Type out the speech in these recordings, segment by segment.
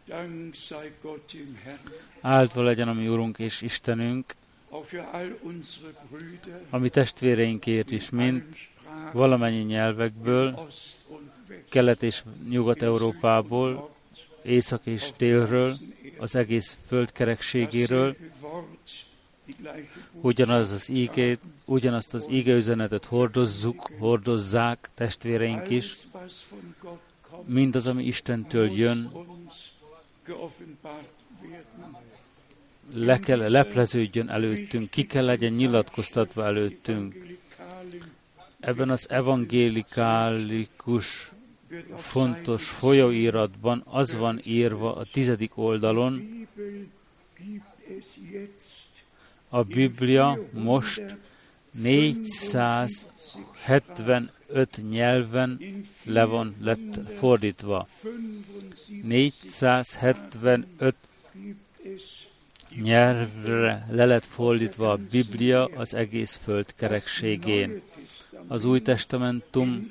Áldva legyen a mi Urunk és Istenünk, a mi testvéreinkért is, mind valamennyi nyelvekből, Kelet- és Nyugat-Európából, Észak és Délről, az egész föld kerekségéről, ugyanazt az ígeüzenetet hordozzák testvéreink is, mindaz, ami Istentől jön, lepleződjön előttünk, ki kell legyen nyilatkoztatva előttünk. Ebben az evangélikálikus, fontos folyóiratban az van írva a 10. oldalon, a Biblia most 475 nyelven lett fordítva. 475 nyelvre le lett fordítva a Biblia az egész föld kerekségén. Az Új Testamentum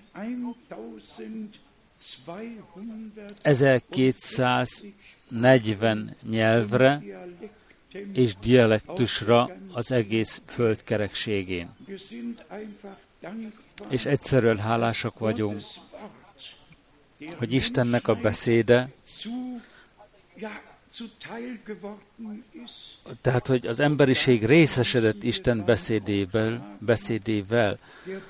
1240 nyelvre és dialektusra az egész föld kerekségén. És egyszerűen hálásak vagyunk, hogy Istennek a beszéde, tehát, hogy az emberiség részesedett Isten beszédével,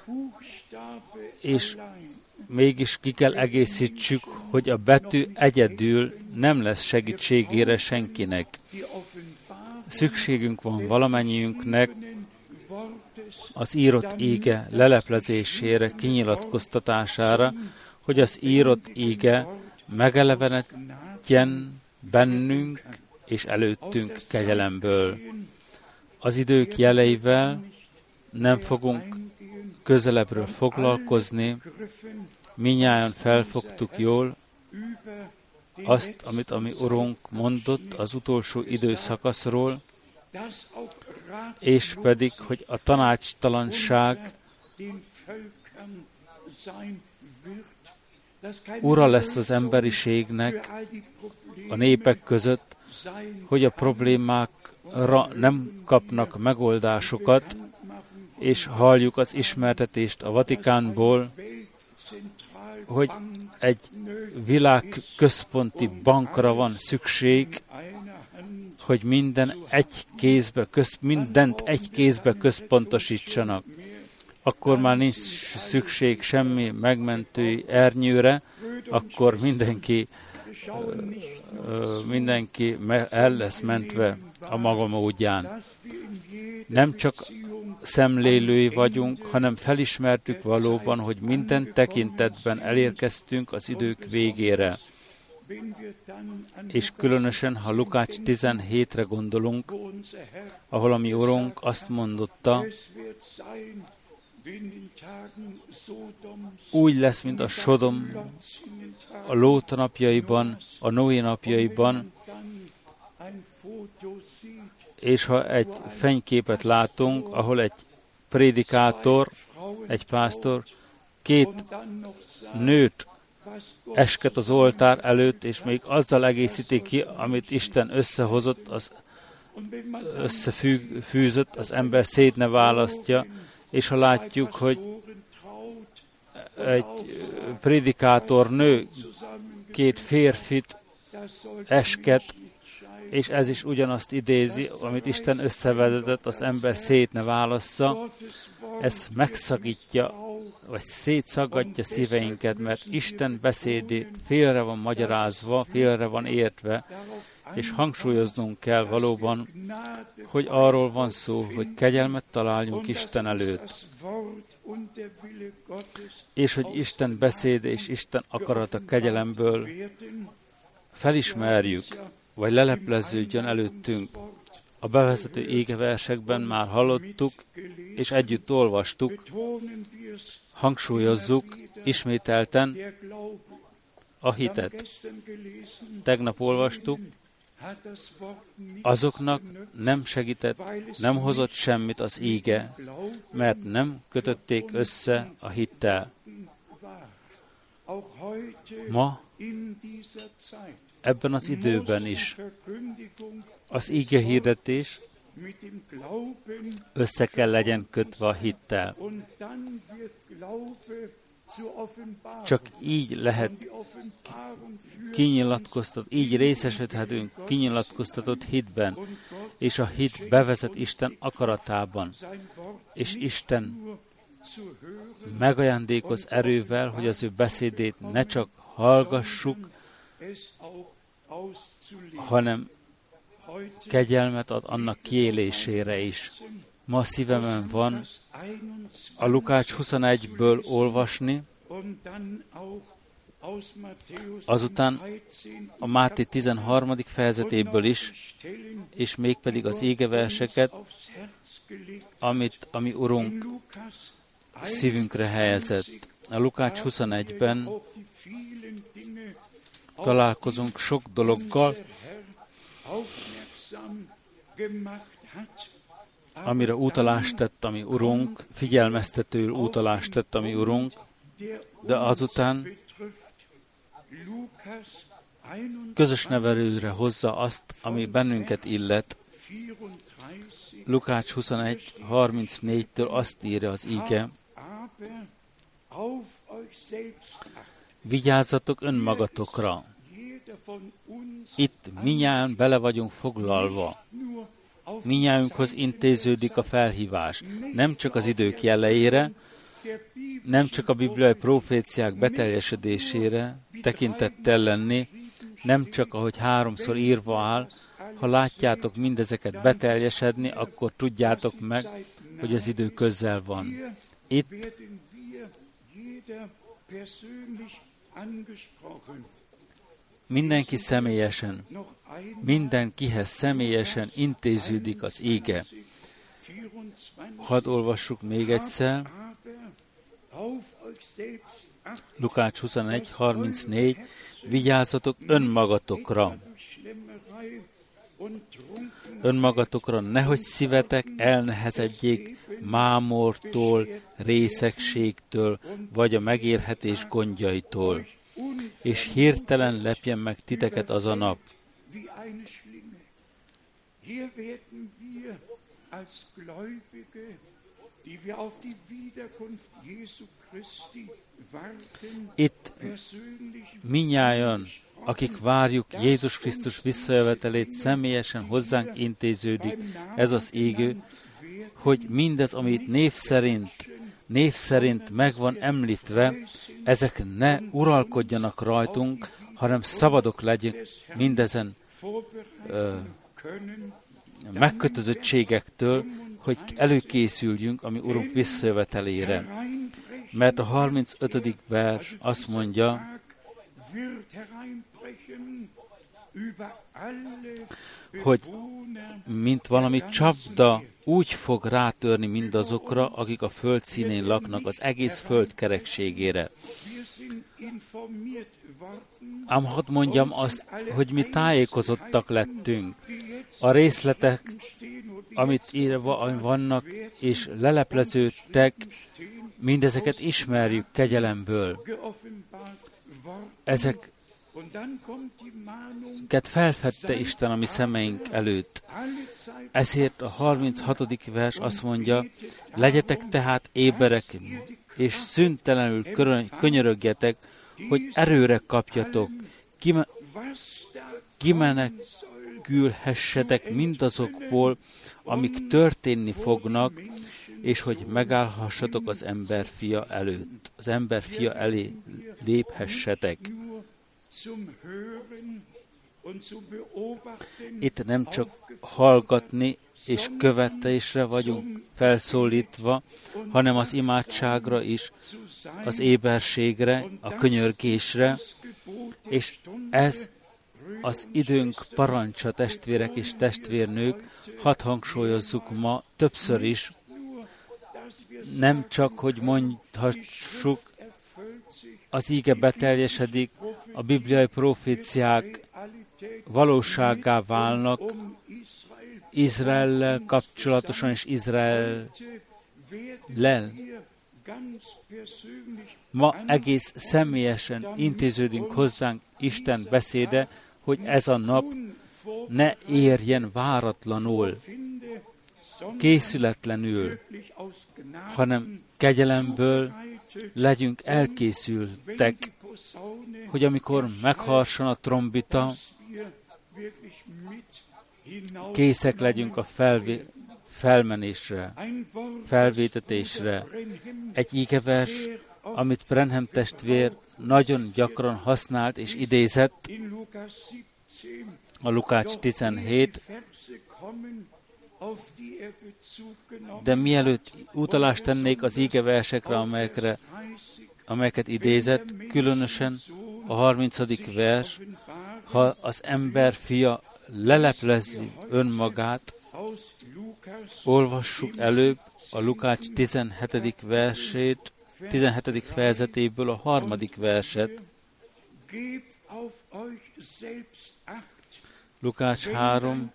és mégis ki kell egészítsük, hogy a betű egyedül nem lesz segítségére senkinek. Szükségünk van valamennyiünknek az írott íge leleplezésére, kinyilatkoztatására, hogy az írott íge megelevenedjen bennünk és előttünk kegyelemből. Az idők jeleivel nem fogunk közelebbről foglalkozni, mindnyájan felfogtuk jól azt, amit a mi Urunk mondott az utolsó időszakaszról, és pedig, hogy a tanácstalanság ura lesz az emberiségnek a népek között, hogy a problémákra nem kapnak megoldásokat, és halljuk az ismertetést a Vatikánból, hogy egy világközponti bankra van szükség, hogy mindent egy kézbe központosítsanak. Akkor már nincs szükség semmi megmentő ernyőre, akkor mindenki el lesz mentve a maga módján. Nem csak szemlélői vagyunk, hanem felismertük valóban, hogy minden tekintetben elérkeztünk az idők végére. És különösen, ha Lukács 17-re gondolunk, ahol a mi Urunk azt mondotta, úgy lesz, mint a Sodom a Lót napjaiban, a Noé napjaiban, és ha egy fényképet látunk, ahol egy prédikátor, egy pásztor, 2 nőt esket az oltár előtt, és még azzal egészíti ki, amit Isten összehozott, összefűzött, az ember szét ne választja, és ha látjuk, hogy egy prédikátor nő 2 férfit esket, és ez is ugyanazt idézi, amit Isten összevedett, az ember szét ne válassza, ez megszakítja, vagy szétszaggatja szíveinket, mert Isten beszédét félre van magyarázva, félre van értve, és hangsúlyoznunk kell valóban, hogy arról van szó, hogy kegyelmet találjunk Isten előtt, és hogy Isten beszéde és Isten akarata kegyelemből felismerjük, vagy lelepleződjön előttünk. A bevezető égeversekben már hallottuk, és együtt olvastuk, hangsúlyozzuk ismételten a hitet. Tegnap olvastuk, azoknak nem segített, nem hozott semmit az íge, mert nem kötötték össze a hittel. Ma, ebben az időben is az ige hirdetés össze kell legyen kötve a hittel. Csak így lehet így részesülhetünk kinyilatkoztatott hitben, és a hit bevezet Isten akaratában, és Isten megajándékoz erővel, hogy az ő beszédét ne csak hallgassuk, hanem kegyelmet ad annak kiélésére is. Ma a szívemen van a Lukács 21-ből olvasni, azután a Máté 13. fejezetéből is, és mégpedig az égeverseket, ami Urunk szívünkre helyezett. A Lukács 21-ben találkozunk sok dologgal, amire utalást tett a mi Urunk, figyelmeztetőül utalást tett a mi Urunk, de azután közös nevelőre hozza azt, ami bennünket illet. Lukács 21:34-től azt írja az ige: vigyázzatok önmagatokra. Itt minnyáján bele vagyunk foglalva. Minnyájunkhoz intéződik a felhívás. Nem csak az idők jelleire, nem csak a bibliai proféciák beteljesedésére tekintettel lenni, nem csak ahogy 3-szor írva áll, ha látjátok mindezeket beteljesedni, akkor tudjátok meg, hogy az idő közel van. Itt mindenkihez személyesen intéződik az ige. Hadd olvassuk még egyszer. Lukács 21:34. Vigyázzatok önmagatokra. Önmagatokra, nehogy szívetek elnehezedjék mámortól, részegségtől, vagy a megélhetés gondjaitól, és hirtelen lepjen meg titeket az a nap. Itt minnyájan, akik várjuk Jézus Krisztus visszajövetelét, személyesen hozzánk intéződik ez az égő, hogy mindez, amit név szerint meg van említve, ezek ne uralkodjanak rajtunk, hanem szabadok legyünk mindezen megkötözöttségektől, hogy előkészüljünk a mi Urunk visszajövetelére. Mert a 35. vers azt mondja, hogy mint valami csapda úgy fog rátörni mindazokra, akik a föld színén laknak, az egész föld kerekségére. Ám hadd mondjam azt, hogy mi tájékozottak lettünk. A részletek, amit írva vannak, és lelepleződtek, mindezeket ismerjük kegyelemből. Ezeket felfedte Isten a mi szemeink előtt. Ezért a 36. vers azt mondja, legyetek tehát éberek, és szüntelenül könyörögjetek, hogy erőre kapjatok, kimenekülhessetek mindazokból, amik történni fognak, és hogy megállhassatok az emberfia előtt. Az emberfia elé léphessetek. Itt nem csak hallgatni és követésre vagyunk felszólítva, hanem az imádságra is, az éberségre, a könyörgésre, és ez az időnk parancsa, testvérek és testvérnők, hadd hangsúlyozzuk ma többször is, nem csak, hogy mondhassuk, az íge beteljesedik, a bibliai proféciák valósággá válnak, Izraellel kapcsolatosan és Izraellel ma egész személyesen intéződünk hozzánk Isten beszéde, hogy ez a nap ne érjen váratlanul, készületlenül, hanem kegyelemből legyünk elkészültek, hogy amikor megharsan a trombita, készek legyünk a felmenésre, felvétetésre. Egy ígevers, amit Branham testvér nagyon gyakran használt és idézett, a Lukács 17, de mielőtt utalást tennék az ígeversekre, amelyeket idézett, különösen a 30. vers, ha az ember fia leleplezi önmagát, olvassuk előbb a Lukács 17. versét, 17. fejezetéből a 3. verset. Lukács 3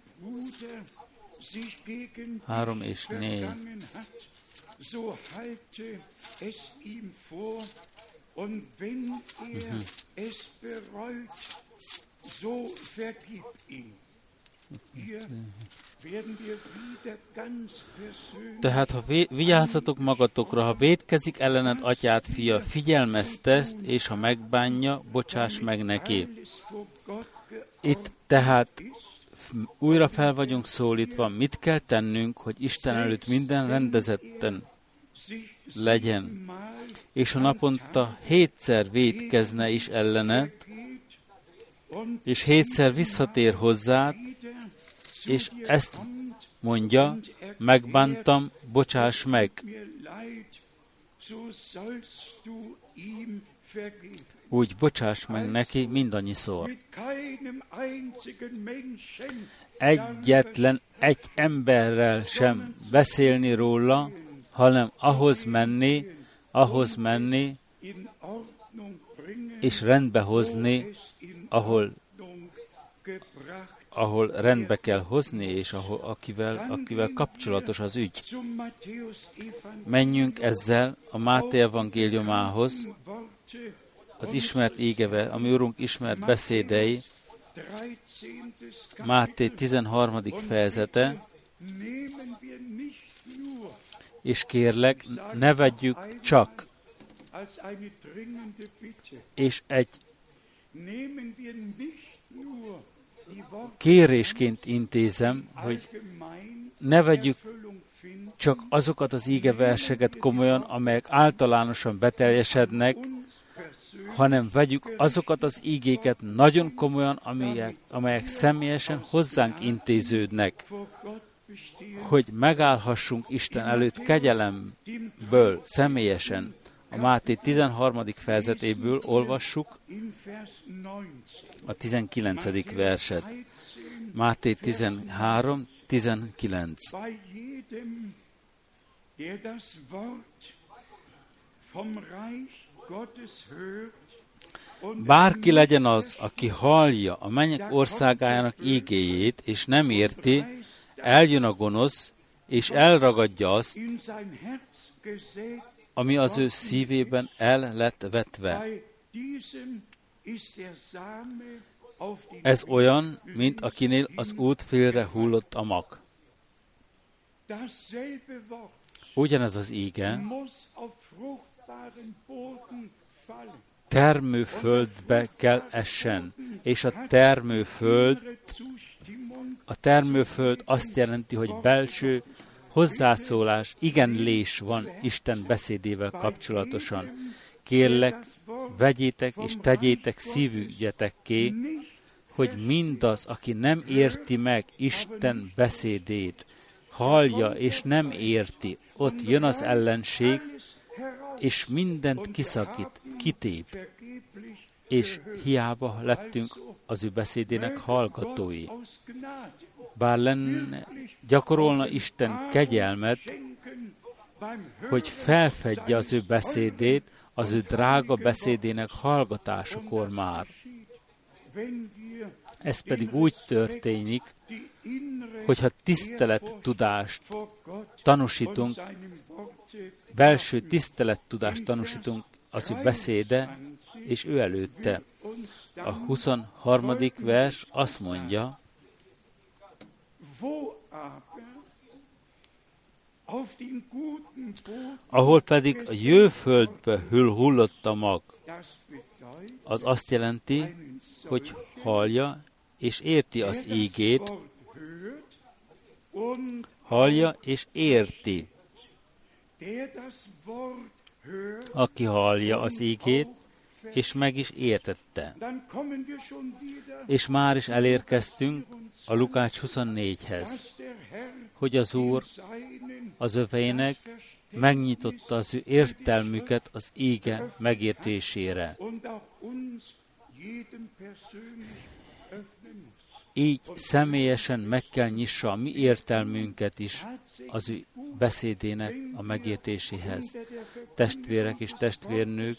és 4. So halte es ihm vor, und wenn es bereut, so vergib ihm. Hier werden wir wieder ganz persönlich. Tehát, ha vigyázzatok magatokra, ha vétkezik ellened atyád fia, figyelmeztesd, és ha megbánja, bocsáss meg neki. Itt tehát újra fel vagyunk szólítva, mit kell tennünk, hogy Isten előtt minden rendezetten legyen, és ha naponta 7-szer vétkezne is ellened, és 7-szer visszatér hozzád, és ezt mondja, megbántam, bocsáss meg. Úgy bocsáss meg neki mindannyiszor. Egyetlen egy emberrel sem beszélni róla, hanem ahhoz menni, és rendbe hozni, ahol rendbe kell hozni, és akivel kapcsolatos az ügy. Menjünk ezzel a Máté evangéliumához, az ismert égever, ami Urunk ismert beszédei, Máté 13. fejezete, és kérlek, ne vegyük csak, és egy kérésként intézem, hogy ne vegyük csak azokat az ígeverseket komolyan, amelyek általánosan beteljesednek, hanem vegyük azokat az ígéket nagyon komolyan, amelyek személyesen hozzánk intéződnek, hogy megállhassunk Isten előtt kegyelemből személyesen. A Máté 13. fejezetéből olvassuk a 19. verset. Máté 13, 19. Bárki legyen az, aki hallja a mennyek országájának ígéjét, és nem érti, eljön a gonosz, és elragadja azt, ami az ő szívében el lett vetve. Ez olyan, mint akinél az út félre hullott a mag. Ugyanez az íge termőföldbe kell essen, és a termőföld azt jelenti, hogy belső hozzászólás, igenlés van Isten beszédével kapcsolatosan. Kérlek, vegyétek és tegyétek szívügyetekké, hogy mindaz, aki nem érti meg Isten beszédét, hallja és nem érti, ott jön az ellenség, és mindent kiszakít, kitép, és hiába lettünk az ő beszédének hallgatói. Bár gyakorolna Isten kegyelmet, hogy felfedje az ő beszédét, az ő drága beszédének hallgatásakor már. Ez pedig úgy történik, hogyha tisztelettudást tanúsítunk, belső tisztelettudást tanúsítunk az ő beszéde, és ő előtte. A 23. vers azt mondja, ahol pedig a jó földbe hullott a mag, az azt jelenti, hogy hallja és érti az ígét, hallja és érti. Aki hallja az ígét, és meg is értette. És már is elérkeztünk a Lukács 24-hez, hogy az Úr az öveinek megnyitotta az ő értelmüket az íge megértésére. Így személyesen meg kell nyissa a mi értelmünket is az ő beszédének a megértéséhez. Testvérek és testvérnők,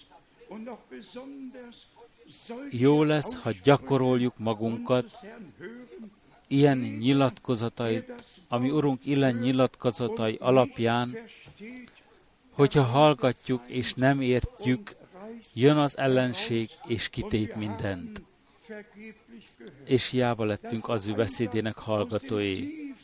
jó lesz, ha gyakoroljuk magunkat ilyen nyilatkozatai, ami Urunk ilyen nyilatkozatai alapján, hogyha hallgatjuk és nem értjük, jön az ellenség és kitép mindent. És hiába lettünk az ő beszédének hallgatói.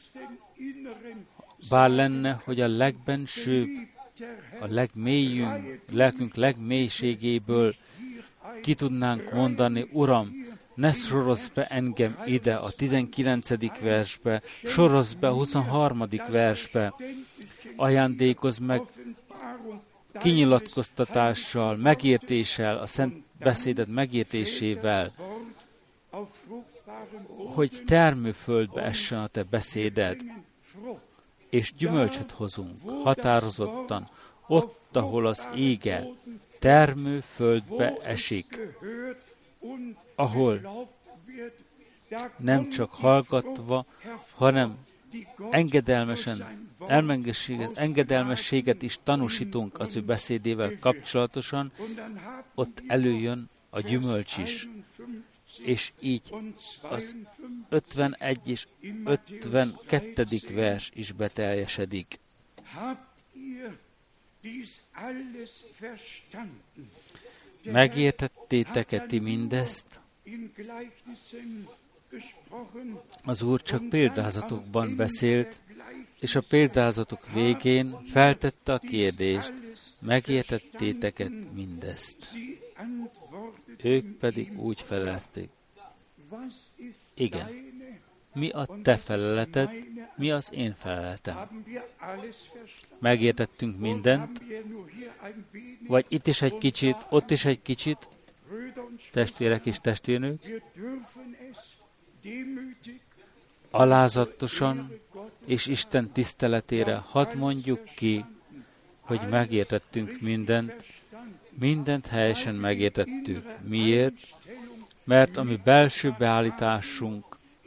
Bár lenne, hogy a legbensőbb, a lelkünk legmélységéből ki tudnánk mondani, Uram, ne sorozz be engem ide a 19. versbe, sorozz be a 23. versbe, ajándékozz meg kinyilatkoztatással, megértéssel, a szent beszédet megértésével, hogy termőföldbe essen a te beszéded, és gyümölcsöt hozunk határozottan, ott, ahol az ége termőföldbe esik, ahol nem csak hallgatva, hanem engedelmességet is tanúsítunk az ő beszédével kapcsolatosan, ott előjön a gyümölcs is. És így az 51 és 52. vers is beteljesedik. Megértettétek-e ti mindezt? Az Úr csak példázatokban beszélt, és a példázatok végén feltette a kérdést, megértettétek-e mindezt? Ők pedig úgy felelték, igen, mi a te feleleted, mi az én feleletem? Megértettünk mindent, vagy itt is egy kicsit, ott is egy kicsit, testvérek és testvérnők, alázatosan és Isten tiszteletére hadd mondjuk ki, hogy megértettünk mindent helyesen megértettük. Miért? Mert a mi belső beállításunk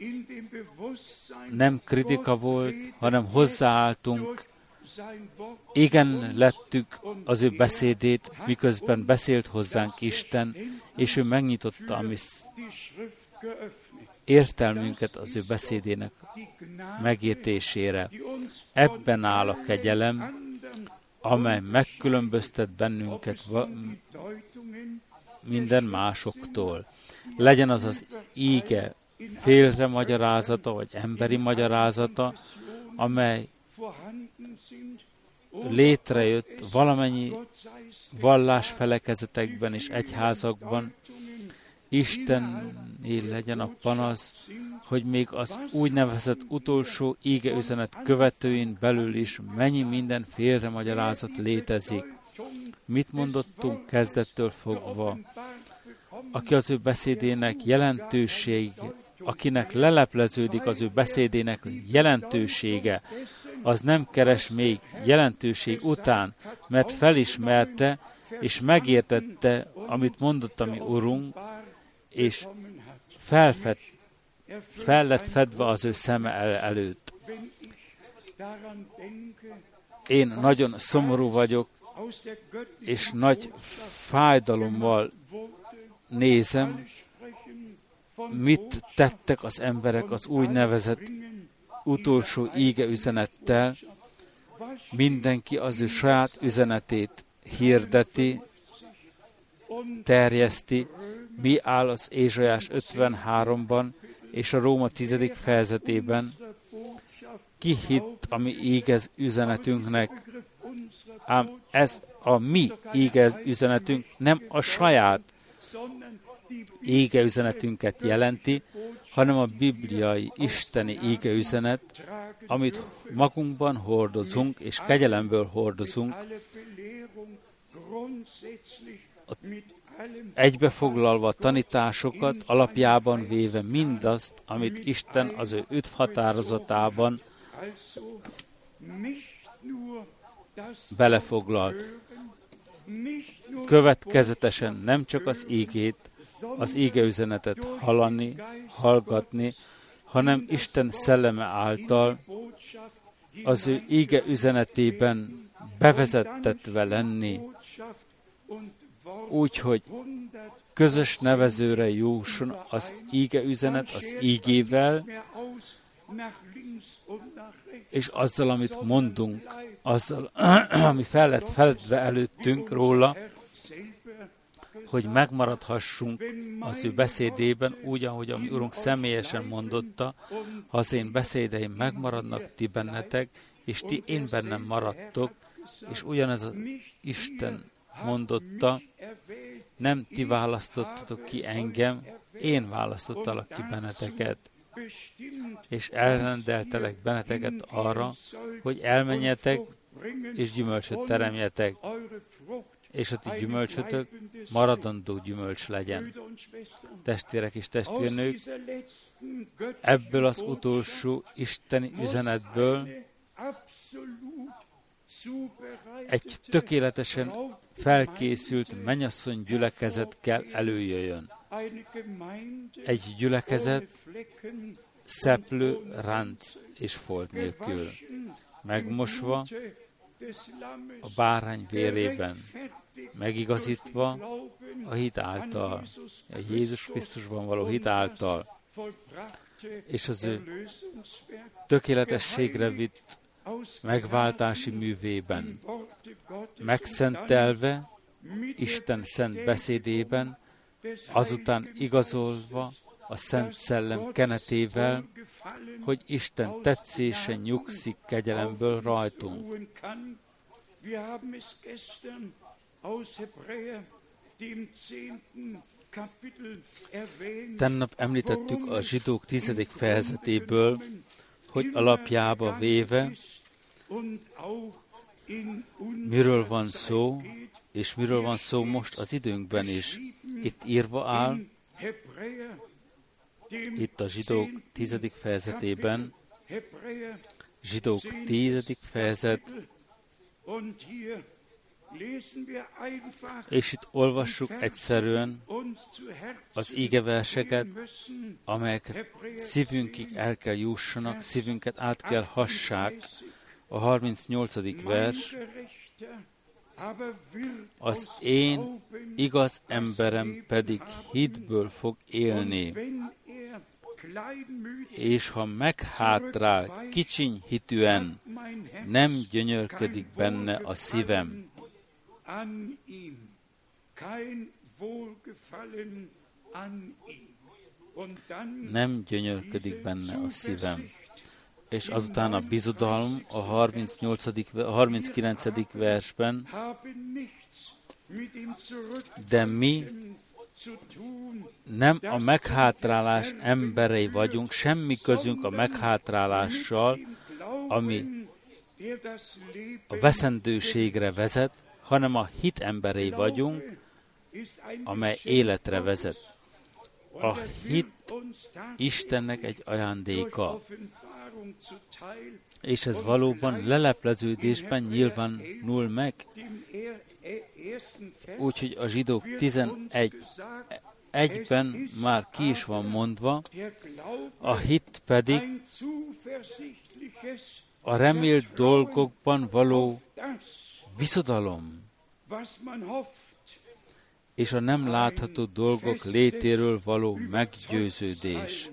nem kritika volt, hanem hozzáálltunk, igen lettük az ő beszédét, miközben beszélt hozzánk Isten, és ő megnyitotta a mi értelmünket az ő beszédének megértésére. Ebben áll a kegyelem, amely megkülönböztet bennünket minden másoktól. Legyen az az íge félre magyarázata, vagy emberi magyarázata, amely létrejött valamennyi vallásfelekezetekben és egyházakban. Istenné legyen a panasz, hogy még az úgynevezett utolsó ígeüzenet követőin belül is mennyi minden félremagyarázat létezik. Mit mondottunk kezdettől fogva? Aki az ő beszédének akinek lelepleződik az ő beszédének jelentősége, az nem keres még jelentőség után, mert felismerte és megértette, amit mondott a mi Urunk, és fel lett fedve az ő szeme előtt. Én nagyon szomorú vagyok, és nagy fájdalommal nézem, mit tettek az emberek az úgynevezett utolsó íge üzenettel. Mindenki az ő saját üzenetét hirdeti, terjeszti, mi áll az Ézsaiás 53-ban és a Róma 10. fejezetében. Ki hitt a mi ígez üzenetünknek? Ám ez a mi ígez üzenetünk nem a saját ége üzenetünket jelenti, hanem a bibliai, isteni ége üzenet, amit magunkban hordozunk, és kegyelemből hordozunk, egybefoglalva a tanításokat, alapjában véve mindazt, amit Isten az ő üdvhatározatában belefoglalt. Következetesen nem csak az ígét, az ígeüzenetet hallani, hallgatni, hanem Isten szelleme által az ő íge üzenetében bevezettetve lenni, úgyhogy közös nevezőre jusson az íge üzenet az ígével, és azzal, amit mondunk, azzal, ami fel lett feledve előttünk róla, hogy megmaradhassunk az ő beszédében, úgy, ahogy a mi Urunk személyesen mondotta, ha az én beszédeim megmaradnak ti bennetek, és ti én bennem maradtok, és ugyanez az Isten mondotta, nem ti választottatok ki engem, én választottalak ki benneteket, és elrendeltelek benneteket arra, hogy elmenjetek, és gyümölcsöt teremjetek, és a ti gyümölcsötök maradandó gyümölcs legyen. Testvérek és testvérnők, ebből az utolsó isteni üzenetből egy tökéletesen felkészült mennyasszony gyülekezet kell előjöjjön. Egy gyülekezet szeplő, ránc és folt nélkül, megmosva a bárány vérében, megigazítva a hit által, a Jézus Krisztusban való hit által, és az ő tökéletességre vitt megváltási művében, megszentelve Isten szent beszédében, azután igazolva a Szent Szellem kenetével, hogy Isten tetszése nyugszik kegyelemből rajtunk. Tegnap említettük a Zsidók 10. fejezetéből, hogy alapjába véve miről van szó, és miről van szó most az időnkben is. Itt írva áll, itt a Zsidók 10. fejezetében, Zsidók 10. fejezet, és itt olvassuk egyszerűen az ígeverseket, amelyeket szívünkig el kell jussanak, szívünket át kell hassák. A 38. vers, az én igaz emberem pedig hitből fog élni, és ha meghátrál kicsiny hitűen, nem gyönyörködik benne a szívem. Nem gyönyörködik benne a szívem. És azután a bizodalom a 39. versben, de mi nem a meghátrálás emberei vagyunk, semmi közünk a meghátrálással, ami a veszendőségre vezet, hanem a hit emberei vagyunk, amely életre vezet. A hit Istennek egy ajándéka, és ez valóban lelepleződésben nyilvánul meg. Úgyhogy a Zsidók 11:1-ben már ki is van mondva, a hit pedig a remélt dolgokban való bizodalom, és a nem látható dolgok létéről való meggyőződés.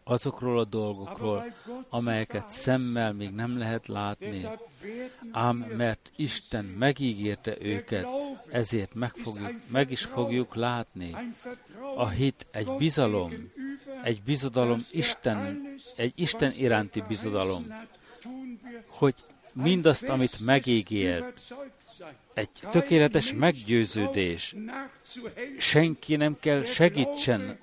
azokról a dolgokról, amelyeket szemmel még nem lehet látni. Ám mert Isten megígérte őket, ezért meg is fogjuk látni. A hit egy bizodalom egy Isten iránti bizodalom, hogy mindazt, amit megígért, egy tökéletes meggyőződés. Senki nem kell segítsen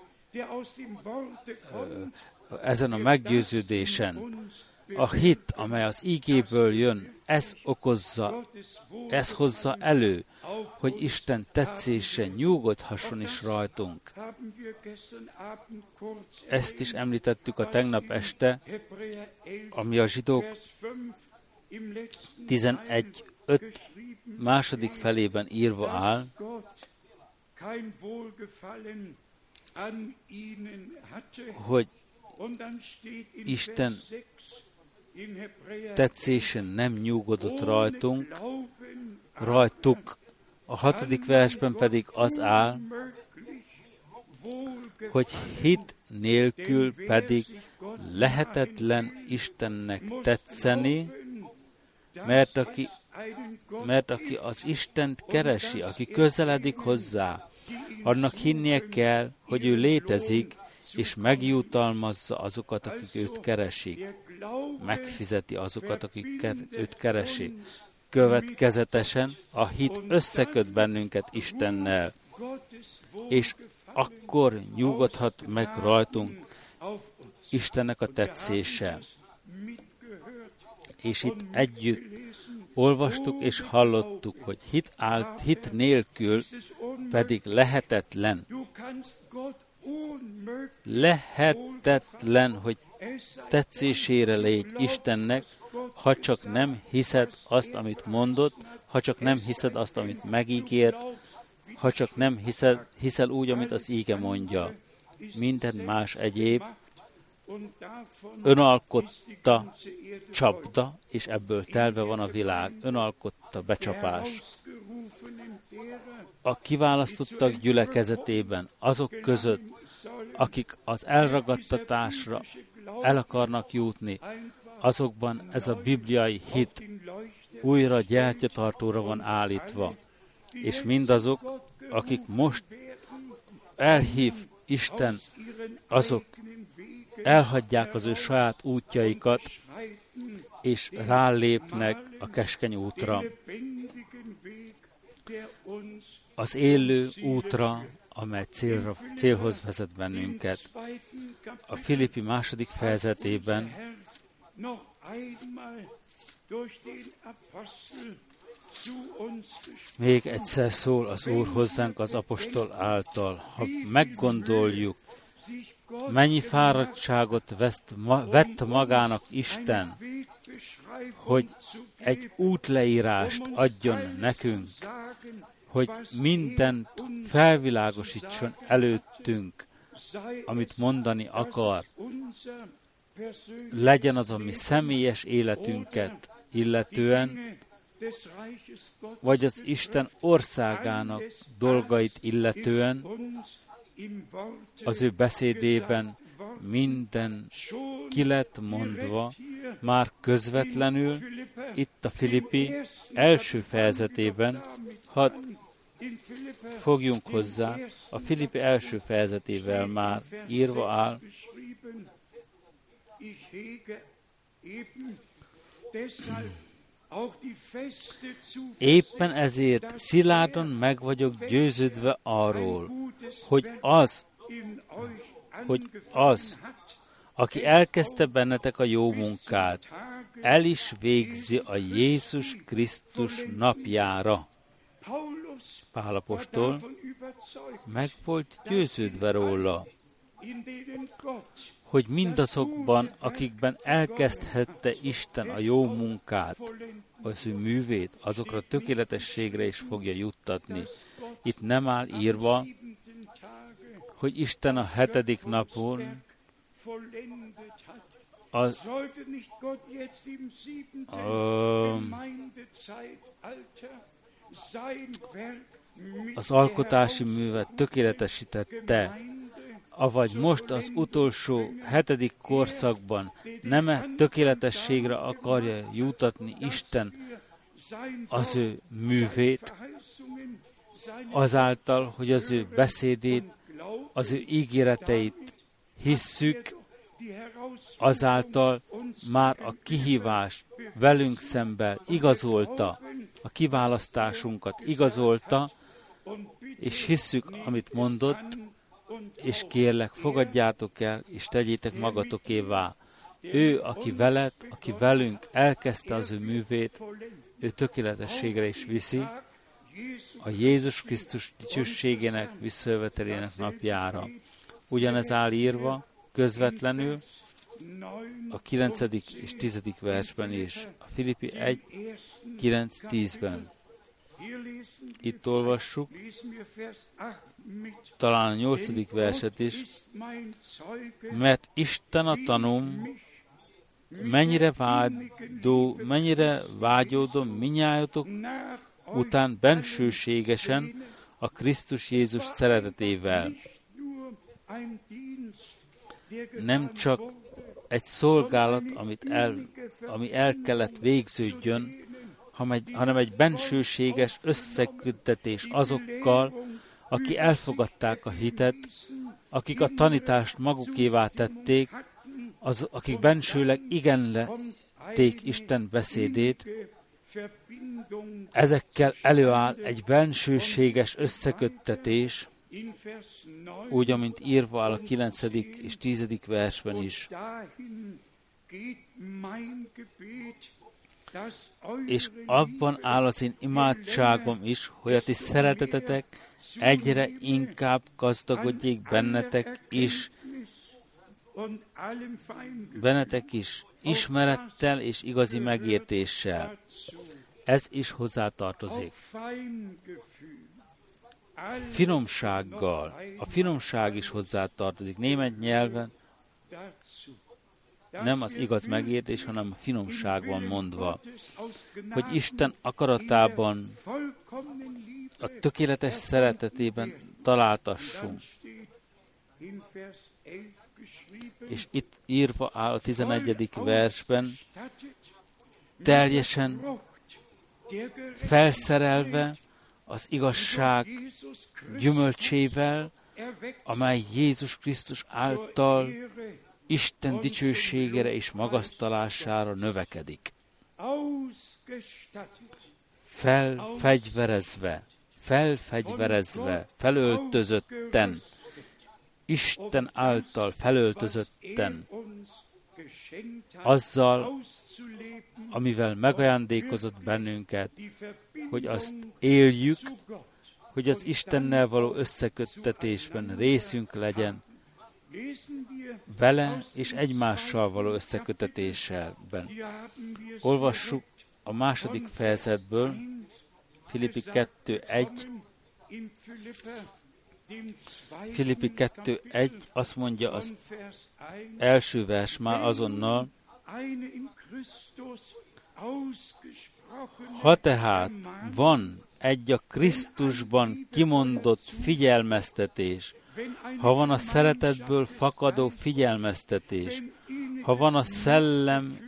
ezen a meggyőződésen. A hit, amely az ígéből jön, ez hozza elő, hogy Isten tetszése nyugodhasson is rajtunk. Ezt is említettük a tegnap este, ami a Zsidók 11:5 második felében írva áll, hogy Isten tetszésen nem nyugodott rajtuk. A 6. versben pedig az áll, hogy hit nélkül pedig lehetetlen Istennek tetszeni, mert aki az Istent keresi, aki közeledik hozzá, annak hinnie kell, hogy ő létezik, és megjutalmazza azokat, akik őt keresik. Megfizeti azokat, akik őt keresik. Következetesen a hit összeköt bennünket Istennel, és akkor nyugodhat meg rajtunk Istennek a tetszése. És itt együtt olvastuk és hallottuk, hogy hit nélkül pedig lehetetlen, hogy tetszésére légy Istennek, ha csak nem hiszed azt, amit mondott, ha csak nem hiszed azt, amit megígért, ha csak nem hiszel úgy, amit az íge mondja. Minden más egyéb önalkotta csapda, és ebből telve van a világ. Önalkotta becsapás. A kiválasztottak gyülekezetében, azok között, akik az elragadtatásra el akarnak jutni, azokban ez a bibliai hit újra gyertyatartóra van állítva. És mindazok, akik most elhív Isten, azok elhagyják az ő saját útjaikat, és rálépnek a keskeny útra, az élő útra, amely célhoz vezet bennünket. A Filippi 2. fejezetében még egyszer szól az Úr hozzánk az apostol által. Ha meggondoljuk, mennyi fáradtságot vett magának Isten, hogy egy útleírást adjon nekünk, hogy mindent felvilágosítson előttünk, amit mondani akar. Legyen az a mi személyes életünket illetően, vagy az Isten országának dolgait illetően, az ő beszédében minden ki lett mondva, már közvetlenül itt a Filippi első fejezetében, ha fogjunk hozzá, a Filippi első fejezetével már írva áll, éppen ezért szilárdan meg vagyok győződve arról, hogy az, aki elkezdte bennetek a jó munkát, el is végzi a Jézus Krisztus napjára. Pál apostol meg volt győződve róla, hogy mindazokban, akikben elkezdhette Isten a jó munkát, az ő művét, azokra tökéletességre is fogja juttatni. Itt nem áll írva, hogy Isten a 7. napon az alkotási művet tökéletesítette avagy most az utolsó 7. korszakban nem tökéletességre akarja jutatni Isten az ő művét, azáltal, hogy az ő beszédét, az ő ígéreteit hisszük, azáltal már a kihívást velünk szemben igazolta, a kiválasztásunkat igazolta, és hisszük, amit mondott, és kérlek, fogadjátok el, és tegyétek magatokévá. Ő, aki veled, aki velünk elkezdte az ő művét, ő tökéletességre is viszi, a Jézus Krisztus dicsőségének visszajövetelének napjára. Ugyanez áll írva közvetlenül a 9. és 10. versben is, a Filippi 1, 9-10-ben. Itt olvassuk, talán a 8. verset is, mert Isten a tanúm, mennyire vágyódom minnyájatok után bensőségesen a Krisztus Jézus szeretetével. Nem csak egy szolgálat, ami el kellett végződjön, hanem egy bensőséges összeköttetés azokkal, akik elfogadták a hitet, akik a tanítást magukévá tették, akik bensőleg igenlették Isten beszédét. Ezekkel előáll egy bensőséges összeköttetés, úgy, amint írva áll a 9. és 10. versben is. És abban áll az én imádságom is, hogy a ti szeretetetek egyre inkább gazdagodjék bennetek is, ismerettel és igazi megértéssel. Ez is hozzátartozik. Finomsággal. A finomság is hozzátartozik. Német nyelven nem az igaz megértés, hanem a finomság van mondva. Hogy Isten akaratában, a tökéletes szeretetében találtassunk. És itt írva áll a 11. versben, teljesen felszerelve az igazság gyümölcsével, amely Jézus Krisztus által Isten dicsőségére és magasztalására növekedik. Felfegyverezve, felöltözötten, Isten által felöltözötten, azzal, amivel megajándékozott bennünket, hogy azt éljük, hogy az Istennel való összeköttetésben részünk legyen, vele és egymással való összekötetésben. Olvassuk a 2. fejezetből, Filippi 2.1. Filippi 2.1 azt mondja az első vers már azonnal, ha tehát van egy a Krisztusban kimondott figyelmeztetés, ha van a szeretetből fakadó figyelmeztetés, ha van a szellem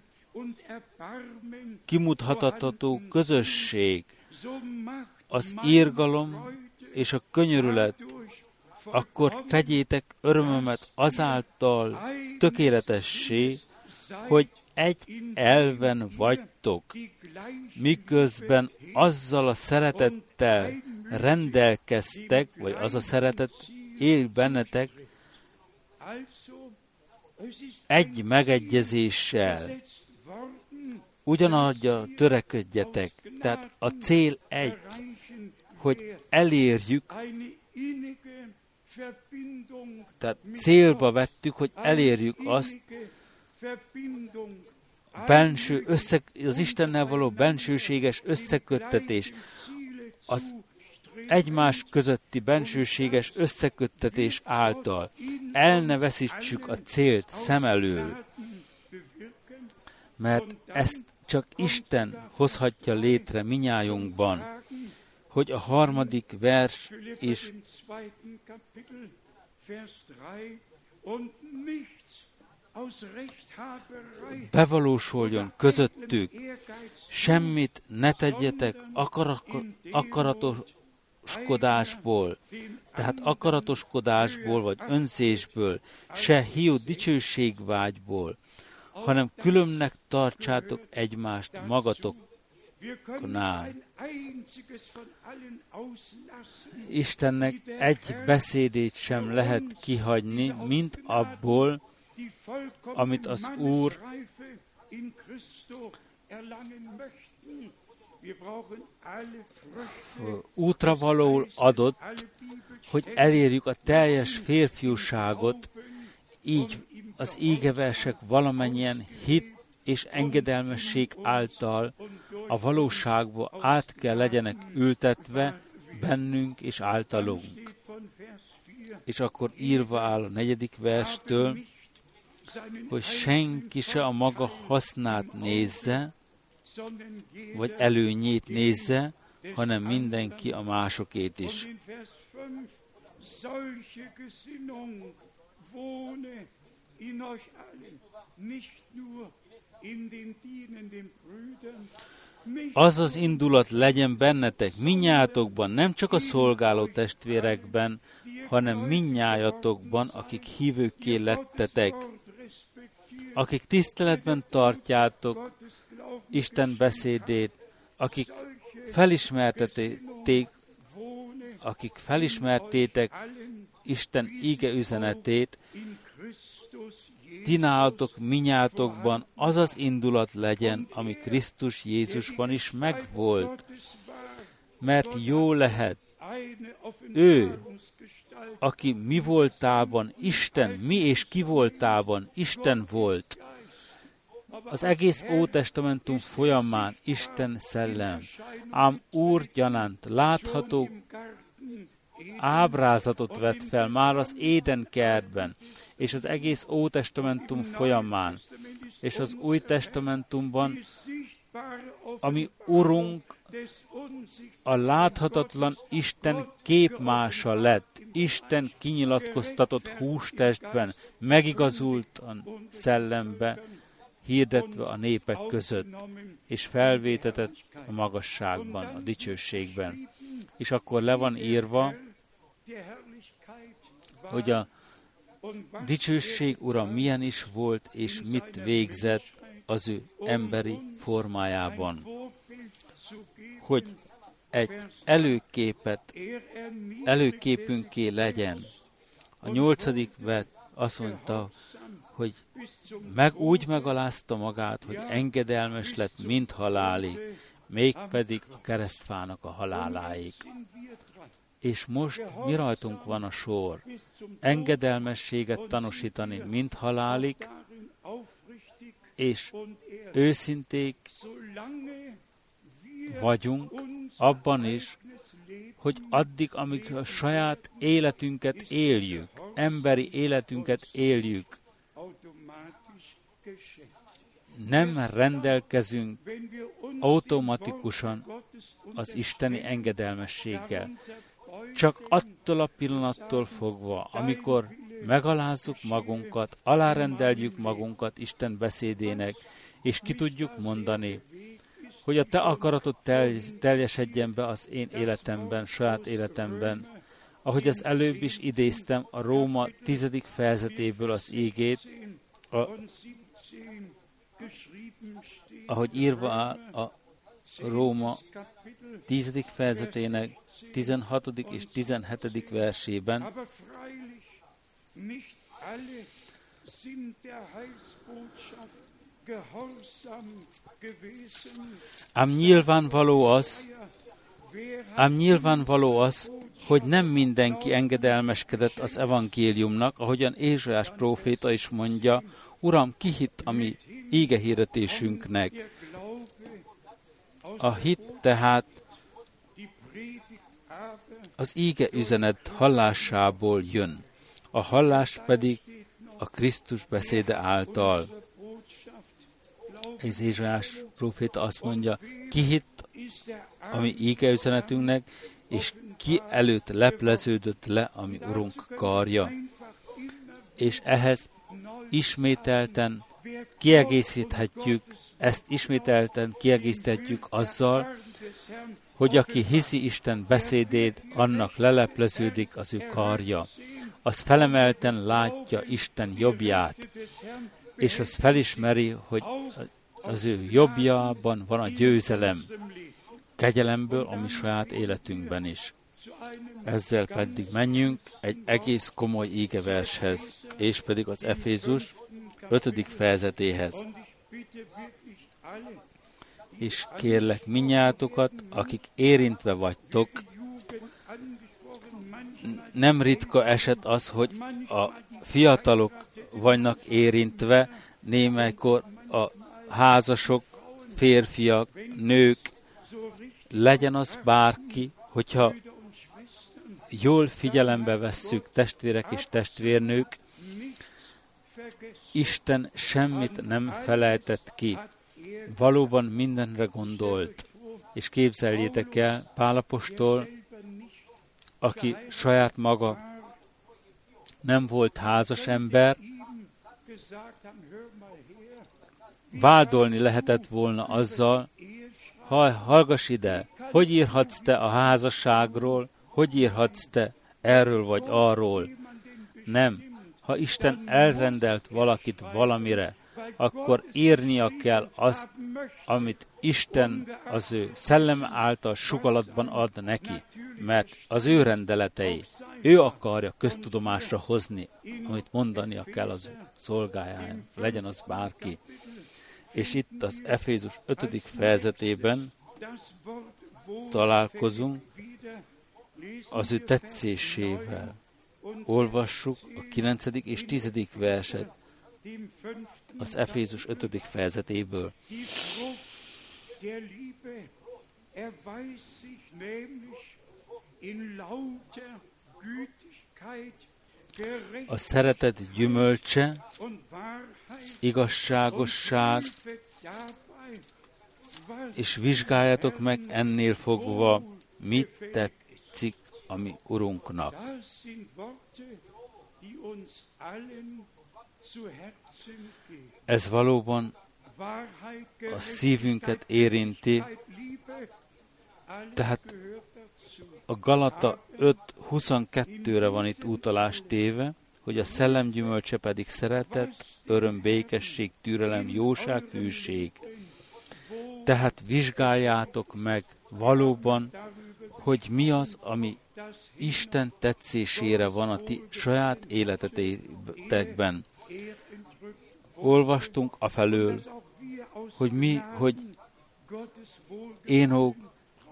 kimutatható közösség, az irgalom és a könyörület, akkor tegyétek örömömet azáltal tökéletessé, hogy egy elven vagytok, miközben azzal a szeretettel rendelkeztek, vagy az a szeretet él bennetek, egy megegyezéssel, ugyanarra törekedjetek. Tehát a cél egy, hogy elérjük, tehát célba vettük, hogy elérjük azt, az Istennel való bensőséges összeköttetés, az egymás közötti bensőséges összeköttetés által el ne veszítsük a célt szem elől, mert ezt csak Isten hozhatja létre minnyájunkban, hogy a 3. vers is bevalósuljon közöttük. Semmit ne tegyetek akaratoskodásból, tehát akaratoskodásból vagy önzésből, se hiú dicsőségvágyból, hanem különbnek tartsátok egymást magatoknál. Istennek egy beszédét sem lehet kihagyni, mint abból, amit az Úr útravalóul adott, hogy elérjük a teljes férfiúságot, így az ígeversek valamennyien hit és engedelmesség által a valóságba át kell legyenek ültetve bennünk és általunk. És akkor írva áll a 4. verstől, hogy senki se a maga hasznát nézze, vagy előnyét nézze, hanem mindenki a másokét is. Az az indulat legyen bennetek, minnyájatokban, nem csak a szolgáló testvérekben, hanem minnyájatokban, akik hívőkké lettetek, akik tiszteletben tartjátok Isten beszédét, akik felismertétek Isten íge üzenetét, ti nálatok minnyátokban az az indulat legyen, ami Krisztus Jézusban is megvolt. Mert jó lehet, ő, aki mi voltában Isten, mi és ki voltában Isten volt. Az egész Ótestamentum folyamán Isten szellem, ám Úr gyanánt látható ábrázatot vett fel már az Éden kertben, és az egész Ótestamentum folyamán, és az Új Testamentumban, ami Urunk a láthatatlan Isten képmása lett, Isten kinyilatkoztatott hústestben, megigazultan szellembe, hirdetve a népek között, és felvétetett a magasságban, a dicsőségben. És akkor le van írva, hogy a dicsőség Ura milyen is volt, és mit végzett az ő emberi formájában. Hogy egy előképünké legyen. A 8. vers azt mondta, hogy úgy megalázta magát, hogy engedelmes lett mind halálig, mégpedig a keresztfának a haláláig. És most mi rajtunk van a sor? Engedelmességet tanúsítani mind halálig, és őszinték vagyunk abban is, hogy addig, amíg a saját életünket éljük, emberi életünket éljük, nem rendelkezünk automatikusan az isteni engedelmességgel. Csak attól a pillanattól fogva, amikor megalázzuk magunkat, alárendeljük magunkat Isten beszédének, és ki tudjuk mondani, hogy a te akaratod teljesedjen be az én életemben, saját életemben, ahogy az előbb is idéztem a Róma 10. fejezetéből az ígét, ahogy írva áll a Róma 10. fejezetének 16. és 17. versében, ám nyilvánvaló az, hogy nem mindenki engedelmeskedett az evangéliumnak, ahogyan Ézsaiás próféta is mondja, Uram, ki hitt a mi ígehirdetésünknek? A hit tehát az íge üzenet hallásából jön, a hallás pedig a Krisztus beszéde által. Ez Ézsaiás próféta azt mondja, ki hitt a mi íge üzenetünknek, és ki előtt lepleződött le a mi Urunk karja. és ehhez ismételten kiegészíthetjük azzal, hogy aki hiszi Isten beszédét, annak lelepleződik az ő karja. Az felemelten látja Isten jobbját, és az felismeri, hogy az ő jobbjában van a győzelem, kegyelemből, ami saját életünkben is. Ezzel pedig menjünk egy egész komoly ígevershez, és pedig az Efézus 5. fejezetéhez. És kérlek mindnyátokat, akik érintve vagytok, nem ritka eset az, hogy a fiatalok vannak érintve, némelykor a házasok, férfiak, nők, legyen az bárki, hogyha jól figyelembe vesszük, testvérek és testvérnők, Isten semmit nem felejtett ki. Valóban mindenre gondolt. És képzeljétek el, Pál apostol, aki saját maga nem volt házas ember, vádolni lehetett volna azzal, hallgass ide, hogy írhatsz te a házasságról, hogy írhatsz te erről vagy arról. Nem. Ha Isten elrendelt valakit valamire, akkor írnia kell azt, amit Isten az ő szellem által sugalatban ad neki, mert az ő rendeletei. Ő akarja köztudomásra hozni, amit mondania kell az szolgájának, legyen az bárki. És itt az Efézus 5. fejezetében találkozunk az ő tetszésével. Olvassuk a 9. és 10. verset az Efézus 5. fejezetéből. A szeretet gyümölcse, igazságosság, és vizsgáljátok meg ennél fogva, mit tetszik a mi Urunknak. Ez valóban a szívünket érinti, tehát a Galata 5.22-re van itt utalás téve, hogy a szellem gyümölcse pedig szeretet, öröm, békesség, türelem, jóság, hűség. Tehát vizsgáljátok meg valóban, hogy mi az, ami Isten tetszésére van a ti saját életetekben. Olvastunk afelől, hogy Énok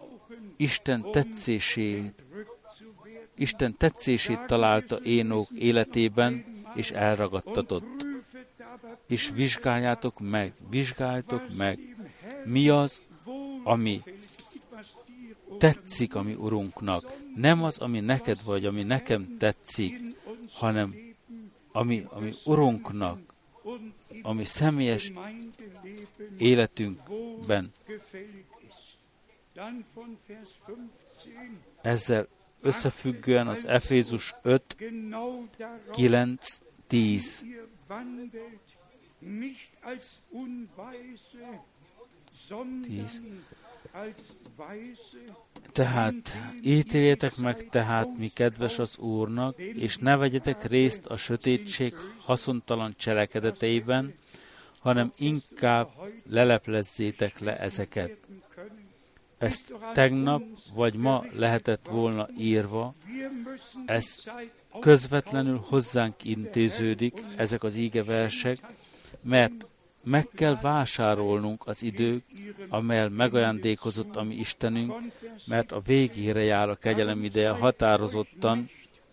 Isten tetszését találta Énok életében, és elragadtatott. És vizsgáljátok meg, mi az, ami tetszik a mi Urunknak. Nem az, ami neked vagy, ami nekem tetszik, hanem ami Urunknak, ami személyes életünkben. Ezzel összefüggően az Efézus 5, 9, 10. Tehát ítéljétek meg tehát, mi kedves az Úrnak, és ne vegyetek részt a sötétség haszontalan cselekedeteiben, hanem inkább leleplezzétek le ezeket. Ezt tegnap vagy ma lehetett volna írva, ez közvetlenül hozzánk intéződik, ezek az ígeversek, mert meg kell vásárolnunk az idők, amelyel megajándékozott a mi Istenünk, mert a végére jár a kegyelem ideje határozottan.